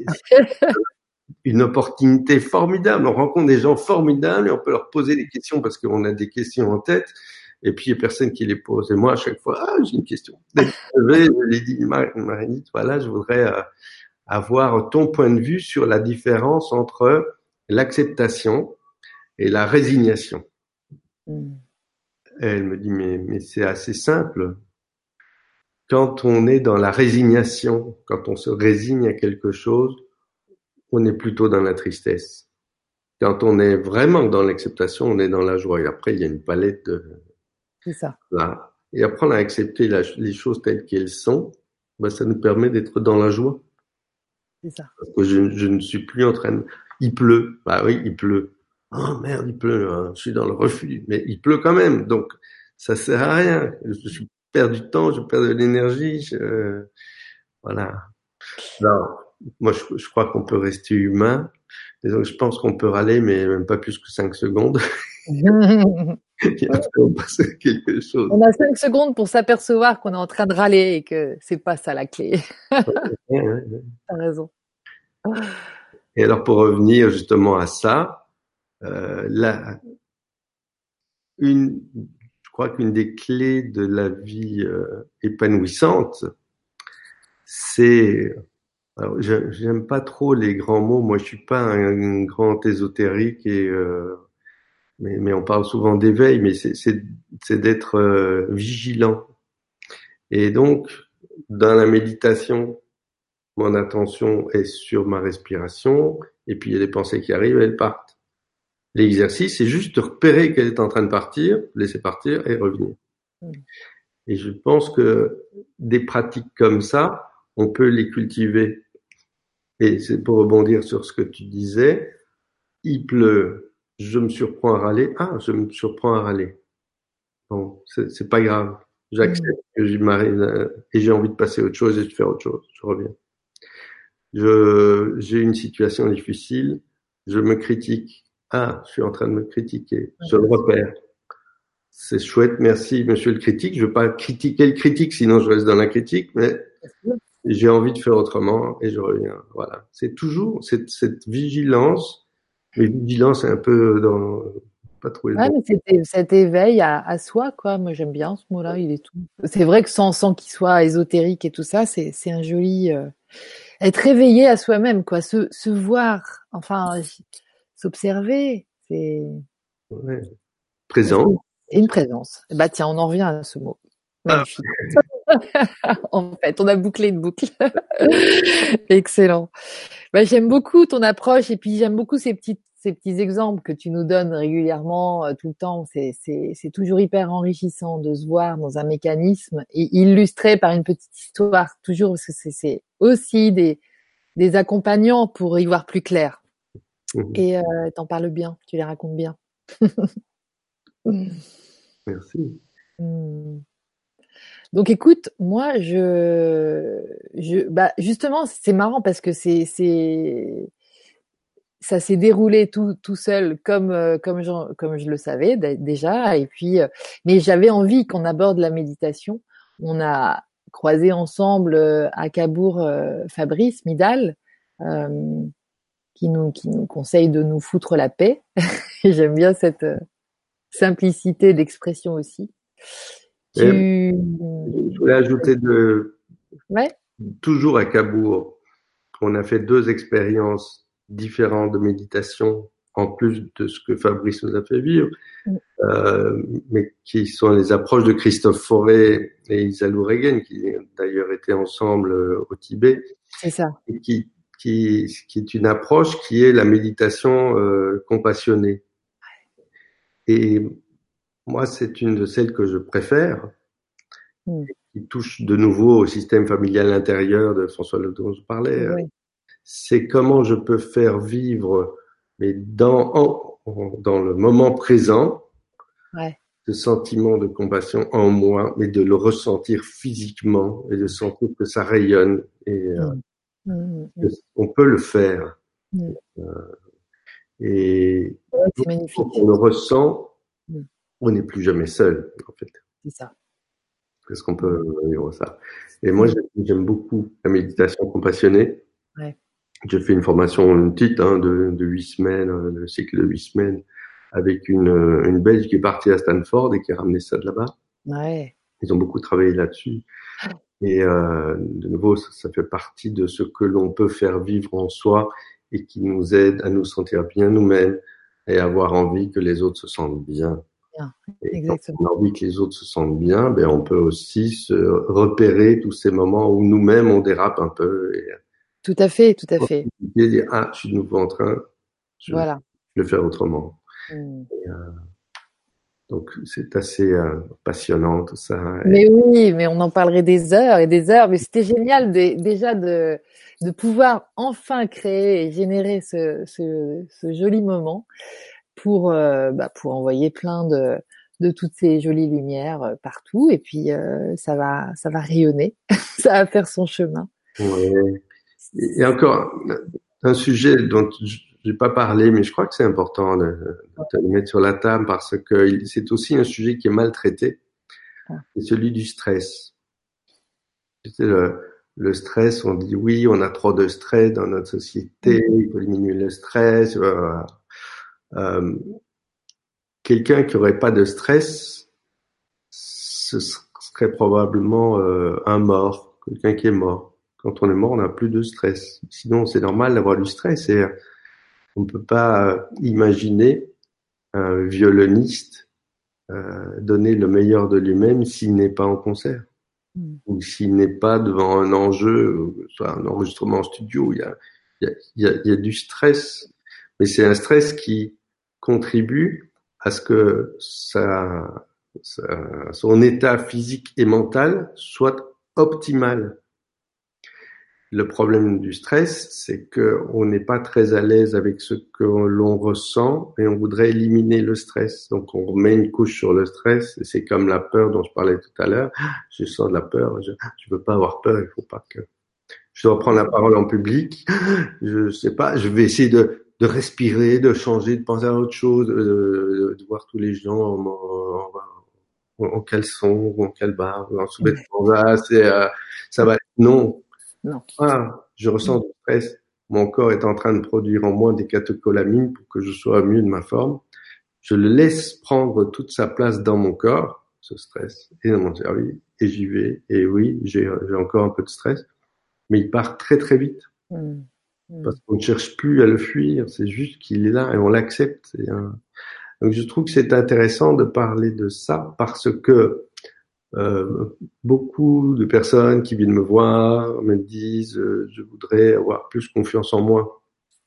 une opportunité formidable. On rencontre des gens formidables et on peut leur poser des questions parce qu'on a des questions en tête. Et puis, il n'y a personne qui les pose. Et moi, à chaque fois, ah, j'ai une question. Dès que je vais, je lui dis, Marie, voilà, je voudrais euh, avoir ton point de vue sur la différence entre l'acceptation et la résignation. Mmh. Et elle me dit, mais, mais c'est assez simple. Quand on est dans la résignation, quand on se résigne à quelque chose, on est plutôt dans la tristesse. Quand on est vraiment dans l'acceptation, on est dans la joie. Et après, il y a une palette de... C'est ça. Là. Et apprendre à accepter la, les choses telles qu'elles sont, ben, ça nous permet d'être dans la joie. C'est ça. Parce que je, je ne suis plus en train de... Il pleut. Bah oui, il pleut. Oh merde, il pleut. Hein. Je suis dans le refus. Mais il pleut quand même. Donc, ça sert à rien. Je, je perds du temps, je perds de l'énergie. Je... Voilà. Alors, moi, je, je crois qu'on peut rester humain. Et donc, je pense qu'on peut râler, mais même pas plus que cinq secondes. Et après, on passe à quelque chose. On a cinq secondes pour s'apercevoir qu'on est en train de râler et que c'est pas ça la clé. Ouais, ouais, ouais. T'as raison. Et alors, pour revenir justement à ça, euh, là, une, je crois qu'une des clés de la vie euh, épanouissante, c'est, alors, j'aime pas trop les grands mots. Moi, je suis pas un, un grand ésotérique et euh, mais, mais on parle souvent d'éveil, mais c'est, c'est, c'est d'être euh, vigilant. Et donc, dans la méditation, mon attention est sur ma respiration, et puis il y a des pensées qui arrivent, elles partent. L'exercice, c'est juste de repérer qu'elle est en train de partir, laisser partir et revenir. Mmh. Et je pense que des pratiques comme ça, on peut les cultiver. Et c'est pour rebondir sur ce que tu disais, il pleut, je me surprends à râler, ah, je me surprends à râler. Bon, c'est, c'est pas grave. J'accepte mmh. que j'y m'arrive et j'ai envie de passer à autre chose et de faire autre chose. Je reviens. Je, j'ai une situation difficile, je me critique. Ah, je suis en train de me critiquer. Je le repère. C'est chouette, merci, monsieur le critique. Je veux pas critiquer le critique, sinon je reste dans la critique, mais j'ai envie de faire autrement et je reviens. Voilà. C'est toujours cette, cette vigilance. Mais vigilance, c'est un peu dans, pas trop ouais, mais cet, cet éveil à, à soi, quoi. Moi, j'aime bien ce mot-là. Il est tout. C'est vrai que sans, sans qu'il soit ésotérique et tout ça, c'est, c'est un joli, euh, être éveillé à soi-même, quoi. Se, se voir, enfin, s'observer, c'est. Ouais. Présent. Et une présence. Bah tiens, on en revient à ce mot. Magnifique. Ah. En fait, on a bouclé une boucle. Excellent. Bah, j'aime beaucoup ton approche et puis j'aime beaucoup ces petites ces petits exemples que tu nous donnes régulièrement, euh, tout le temps. C'est, c'est, c'est toujours hyper enrichissant de se voir dans un mécanisme et illustré par une petite histoire, toujours, parce que c'est, c'est aussi des, des accompagnants pour y voir plus clair. Mmh. Et euh, t'en parles bien, tu les racontes bien. Merci. Mmh. Donc écoute, moi je, je, bah justement c'est marrant parce que c'est, c'est, ça s'est déroulé tout, tout seul comme, euh, comme je, comme je le savais d- déjà. Et puis, euh, mais j'avais envie qu'on aborde la méditation. On a croisé ensemble euh, à Cabourg euh, Fabrice Midal, euh, qui nous, qui nous conseille de nous foutre la paix. Et j'aime bien cette euh, simplicité d'expression aussi. Tu... Je voulais ajouter de, ouais. toujours à Cabourg, on a fait deux expériences différentes de méditation, en plus de ce que Fabrice nous a fait vivre, mmh. euh, mais qui sont les approches de Christophe Forêt et Isalou Regen, qui d'ailleurs étaient ensemble au Tibet. C'est ça. Et qui, qui, qui est une approche qui est la méditation euh, compassionnée. Et moi, c'est une de celles que je préfère, mmh. qui touche de nouveau au système familial intérieur de François Le dont je parlais. Oui. C'est comment je peux faire vivre, mais dans, en, dans le moment présent, ouais. ce sentiment de compassion en moi, mais de le ressentir physiquement et de sentir que ça rayonne. Et mmh. euh, mmh. on peut le faire. Mmh. Euh, et ouais, c'est magnifique. Quand on le ressent, mmh. on n'est plus jamais seul, en fait. C'est ça. Est-ce qu'on peut vivre ça? Et moi, j'aime beaucoup la méditation compassionnée. Ouais. J'ai fait une formation, une petite, hein, de, de huit semaines, le cycle de huit semaines, avec une, une Belge qui est partie à Stanford et qui a ramené ça de là-bas. Ouais. Ils ont beaucoup travaillé là-dessus. Et euh, de nouveau, ça, ça fait partie de ce que l'on peut faire vivre en soi et qui nous aide à nous sentir bien nous-mêmes, et avoir envie que les autres se sentent bien. Bien, Et quand exactement. on a envie que les autres se sentent bien, ben on peut aussi se repérer tous ces moments où nous-mêmes on dérape un peu et Tout à fait, tout à fait. dire ah je suis de nouveau en train, je vais Voilà. le faire autrement. Mm. Et, euh, donc c'est assez euh, passionnant tout ça. Et, Mais oui, mais on en parlerait des heures et des heures. Mais c'était génial de- déjà de, de pouvoir enfin créer et générer ce, ce, ce joli moment pour, euh, bah, pour envoyer plein de, de toutes ces jolies lumières euh, partout. Et puis, euh, ça va, ça va rayonner. Ça va faire son chemin. ouais. Et encore un sujet dont j'ai pas parlé, mais je crois que c'est important de, de le mettre sur la table parce que c'est aussi un sujet qui est mal traité, c'est celui du stress. Tu sais, le, le stress, on dit oui, on a trop de stress dans notre société, il faut diminuer le stress. Euh, euh, quelqu'un qui aurait pas de stress, ce serait probablement euh, un mort, quelqu'un qui est mort. Quand on est mort, on n'a plus de stress. Sinon, c'est normal d'avoir du stress. Et on ne peut pas euh, imaginer un violoniste euh, donner le meilleur de lui-même s'il n'est pas en concert Mm. ou s'il n'est pas devant un enjeu, soit un enregistrement en studio. Il y a, il y a, il y a, il y a du stress, mais c'est un stress qui contribue à ce que sa, sa, son état physique et mental soit optimal. Le problème du stress, c'est que on n'est pas très à l'aise avec ce que l'on ressent et on voudrait éliminer le stress. Donc on remet une couche sur le stress et c'est comme la peur dont je parlais tout à l'heure. Je sens de la peur, je je veux pas avoir peur, il faut pas que je dois prendre la parole en public. Je sais pas, je vais essayer de de respirer, de changer, de penser à autre chose, de, de voir tous les gens en, en, en caleçon ou en calbar, en sous-vêtements. Ah, c'est euh, ça va. Non. Non. Ah, je ressens du stress. Mon corps est en train de produire en moi des catécholamines pour que je sois mieux de ma forme. Je le laisse prendre toute sa place dans mon corps, ce stress, et dans mon cerveau, et j'y vais. Et oui, j'ai j'ai encore un peu de stress, mais il part très très vite Mm. parce Mm. qu'on ne cherche plus à le fuir. C'est juste qu'il est là et on l'accepte. Et, euh, donc je trouve que c'est intéressant de parler de ça parce que Euh, beaucoup de personnes qui viennent me voir me disent euh, je voudrais avoir plus confiance en moi.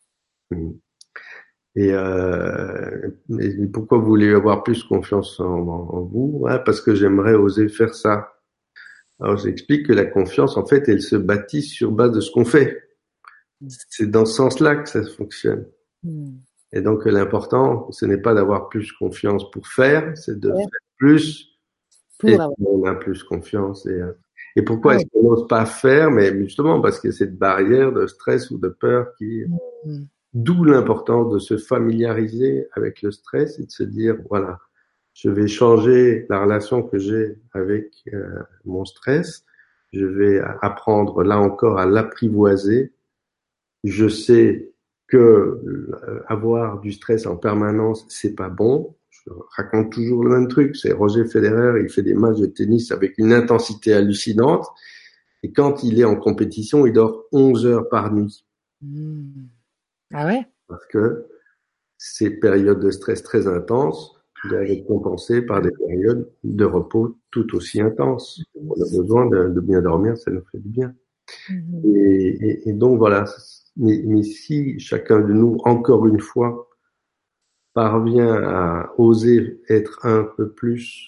Et, euh, et pourquoi vous voulez avoir plus confiance en, en vous? Ouais, parce que j'aimerais oser faire ça. Alors j'explique que la confiance, en fait, elle se bâtit sur base de ce qu'on fait. C'est dans ce sens-là que ça fonctionne. Mm. Et donc l'important, ce n'est pas d'avoir plus confiance pour faire, c'est de Ouais. faire plus. Et Pour avoir. on a plus confiance. Et, euh, et pourquoi Ah est-ce oui. qu'on n'ose pas faire? Mais justement parce que cette barrière de stress ou de peur qui, Mm. d'où l'importance de se familiariser avec le stress et de se dire, voilà, je vais changer la relation que j'ai avec euh, mon stress. Je vais apprendre là encore à l'apprivoiser. Je sais que euh, avoir du stress en permanence, c'est pas bon. Je raconte toujours le même truc. C'est Roger Federer, il fait des matchs de tennis avec une intensité hallucinante. Et quand il est en compétition, il dort onze heures par nuit. Mm. Ah ouais? Parce que ces périodes de stress très intenses doivent être compensées par des périodes de repos tout aussi intenses. On a besoin de, de bien dormir, ça nous fait du bien. Et, Mm. et, et donc voilà. Mais, mais si chacun de nous, encore une fois, parvient à oser être un peu plus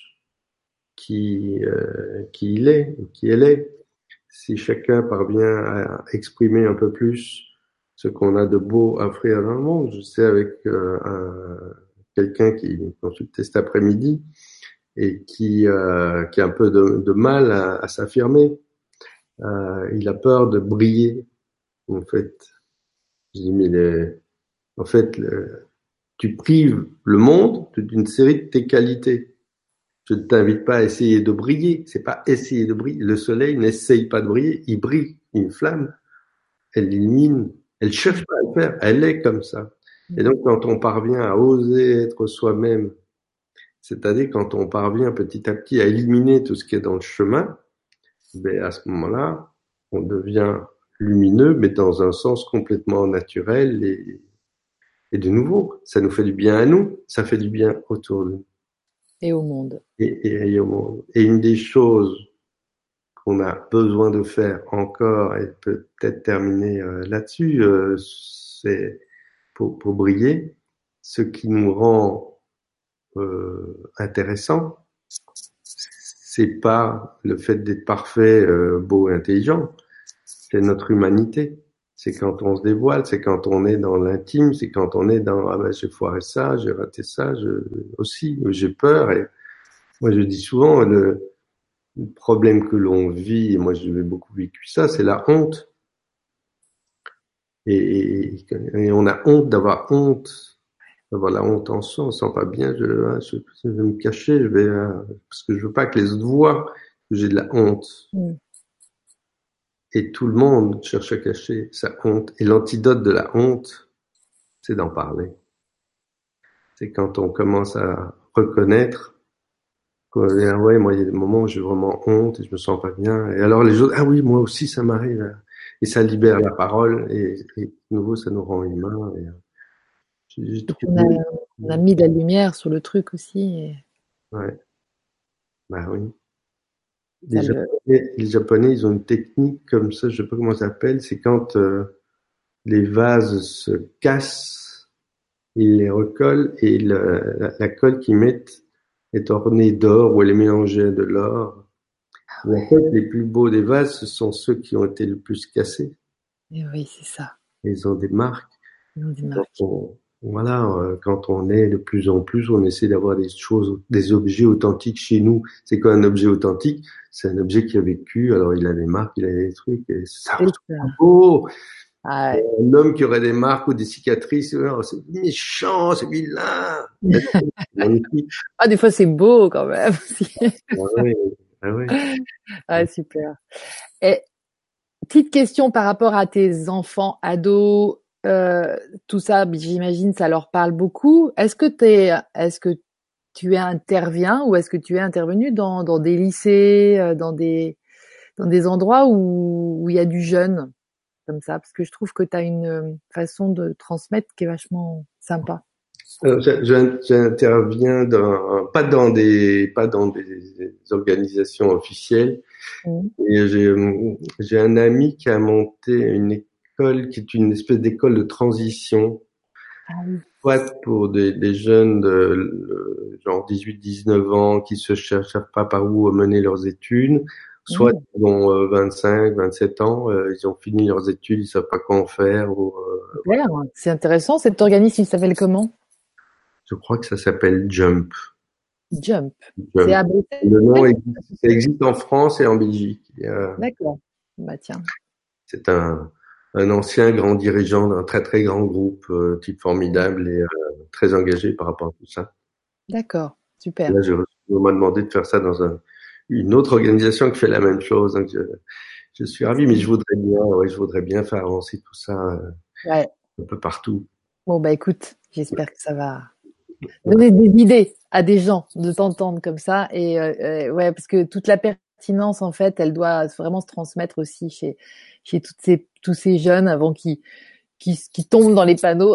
qui, euh, qui il est, qui elle est, si chacun parvient à exprimer un peu plus ce qu'on a de beau à offrir dans le monde, je sais avec euh, un, quelqu'un qui consultait cet après-midi et qui, euh, qui a un peu de, de mal à, à s'affirmer. Euh, il a peur de briller, en fait. Je dis, mais les, en fait, le, tu prives le monde d'une série de tes qualités. Je ne t'invite pas à essayer de briller. C'est pas essayer de briller. Le soleil n'essaye pas de briller. Il brille. Une flamme, elle illumine. Elle cherche pas à le faire. Elle est comme ça. Et donc, quand on parvient à oser être soi-même, c'est-à-dire quand on parvient petit à petit à éliminer tout ce qui est dans le chemin, ben à ce moment-là, on devient lumineux, mais dans un sens complètement naturel et, Et de nouveau, ça nous fait du bien à nous, ça fait du bien autour de nous. Et au monde. Et, et, et au monde. Et une des choses qu'on a besoin de faire encore, et peut-être terminer euh, là-dessus, euh, c'est pour, pour briller, ce qui nous rend euh, intéressant, c'est pas le fait d'être parfait, euh, beau et intelligent, c'est notre humanité. C'est quand on se dévoile, c'est quand on est dans l'intime, c'est quand on est dans ah ben j'ai foiré ça, j'ai raté ça, je, aussi j'ai peur. Et moi je dis souvent le, le problème que l'on vit, et moi j'ai beaucoup vécu ça, c'est la honte. Et, et, et on a honte d'avoir honte, d'avoir la honte en soi, on se sent pas bien, je, je, je vais me cacher, je vais parce que je veux pas que les autres voient que j'ai de la honte. Mm. Et tout le monde cherche à cacher sa honte. Et l'antidote de la honte, c'est d'en parler. C'est quand on commence à reconnaître qu'on dit, ah ouais, moi, il y a des moments où j'ai vraiment honte et je me sens pas bien. Et alors les autres, ah oui, moi aussi, ça m'arrive. Et ça libère la parole et, et de nouveau, ça nous rend humains. Et j'ai, j'ai On a, trouvé, on a mis de la lumière sur le truc aussi. Et ouais, bah oui. Les ça le... Japonais, les Japonais, ils ont une technique comme ça, je sais pas comment ça s'appelle, c'est quand euh, les vases se cassent, ils les recollent et le, la, la colle qu'ils mettent est ornée d'or ou elle est mélangée à de l'or. Ah Et en ouais. fait, les plus beaux des vases, ce sont ceux qui ont été le plus cassés. Et oui, c'est ça. Ils ont des marques. Ils ont des Quand marques. on, voilà, euh, quand on est de plus en plus, on essaie d'avoir des choses, des objets authentiques chez nous. C'est quoi un objet authentique? C'est un objet qui a vécu, alors il a des marques, il a des trucs, et ça C'est ça. rend beau. Ah ouais. Un homme qui aurait des marques ou des cicatrices, oh, c'est méchant, c'est vilain. C'est magnifique. Ah, des fois, c'est beau quand même. Ah oui, ah oui. Ah, super. Et petite question par rapport à tes enfants, ados, euh, tout ça, j'imagine, ça leur parle beaucoup. Est-ce que t'es, est-ce que tu interviens ou est-ce que tu es intervenu dans, dans des lycées, euh, dans des, dans des endroits où, où il y a du jeune, comme ça? Parce que je trouve que tu as une euh, façon de transmettre qui est vachement sympa. Alors, j'in- j'in- J'interviens dans, pas dans des, pas dans des, des organisations officielles. Mmh. Et j'ai, euh, j'ai un ami qui a monté une école qui est une espèce d'école de transition, Ah oui. soit pour des, des jeunes de le- genre dix-huit dix-neuf ans qui se cherchent pas par où mener leurs études, soit Mmh. ils ont euh, vingt-cinq, vingt-sept ans, euh, ils ont fini leurs études, ils savent pas quoi en faire. Ou, euh, Super. C'est intéressant. Cet organisme, il s'appelle comment? je crois que ça s'appelle Jump. Jump. C'est Jump. à Bruxelles? Le nom existe, ça existe en France et en Belgique. Et, euh, D'accord. Bah tiens. c'est un, un ancien grand dirigeant d'un très très grand groupe, euh, type formidable et euh, très engagé par rapport à tout ça. D'accord. Et Super. là, je, on m'a demandé de faire ça dans un, une autre organisation qui fait la même chose. Donc je, je suis ravi, mais je voudrais bien, ouais, je voudrais bien faire avancer tout ça euh, Ouais. un peu partout. Bon, bah écoute, j'espère que ça va donner des idées à des gens de t'entendre comme ça. Et euh, euh, ouais, parce que toute la pertinence, en fait, elle doit vraiment se transmettre aussi chez, chez toutes ces, tous ces jeunes avant qu'ils qui, qui tombent dans les panneaux.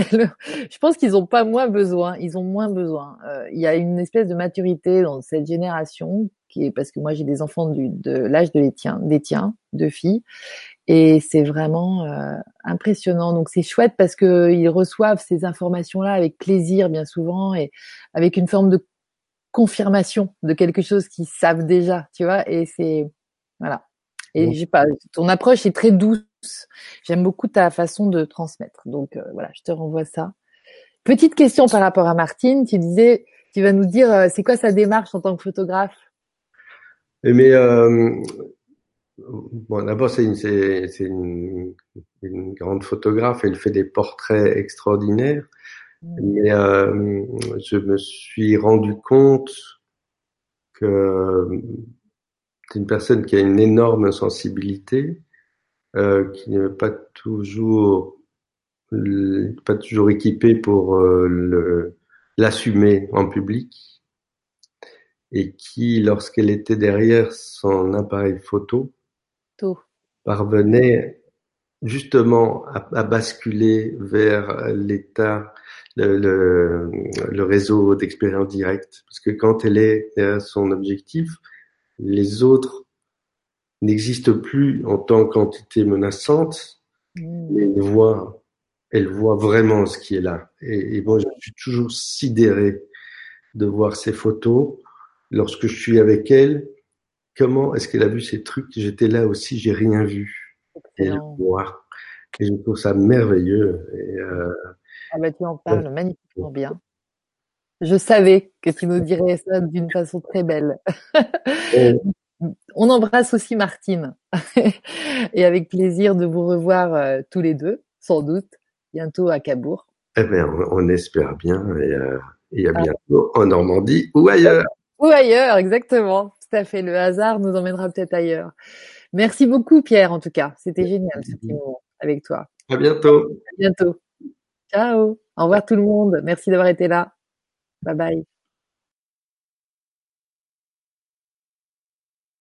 Je pense qu'ils ont pas moins besoin, ils ont moins besoin. Euh, il y a une espèce de maturité dans cette génération qui est parce que moi j'ai des enfants du, de l'âge de les tiens, des tiens, deux filles, et c'est vraiment euh, impressionnant. Donc c'est chouette parce que ils reçoivent ces informations-là avec plaisir bien souvent et avec une forme de confirmation de quelque chose qu'ils savent déjà, tu vois. Et c'est voilà. Et j'ai pas, ton approche est très douce. J'aime beaucoup ta façon de transmettre. Donc euh, voilà, je te renvoie ça. Petite question par rapport à Martine. Tu disais, tu vas nous dire, euh, c'est quoi sa démarche en tant que photographe? Mais euh, bon, d'abord, c'est une, c'est, c'est une, une grande photographe. Elle fait des portraits extraordinaires. Mmh. Mais euh, je me suis rendu compte que c'est une personne qui a une énorme sensibilité, euh, qui n'est pas toujours pas toujours équipée pour euh, le, l'assumer en public, et qui, lorsqu'elle était derrière son appareil photo, Tôt. parvenait justement à, à basculer vers l'état, le, le, le réseau d'expérience directe, parce que quand elle est à son objectif, les autres n'existent plus en tant qu'entité menaçante, mais Mmh. elle voit, elle voit vraiment ce qui est là. Et, et moi, je suis toujours sidéré de voir ces photos lorsque je suis avec elle. Comment est-ce qu'elle a vu ces trucs? J'étais là aussi, j'ai rien vu. Et elle Excellent. voit. Et je trouve ça merveilleux. Et, euh, Ah bah, tu en parles magnifiquement bien. Je savais que tu nous dirais ça d'une façon très belle. on, On embrasse aussi Martine et avec plaisir de vous revoir euh, tous les deux, sans doute, bientôt à Cabourg. eh bien, on, on espère bien. Et, euh, et à Ah, bientôt en Normandie ou ailleurs. ou ailleurs, exactement. Tout à fait. Le hasard nous emmènera peut-être ailleurs. Merci beaucoup, Pierre, en tout cas. C'était génial ce petit moment avec toi. À bientôt. À bientôt. Ciao. Au revoir tout le monde. Merci d'avoir été là. Bye bye.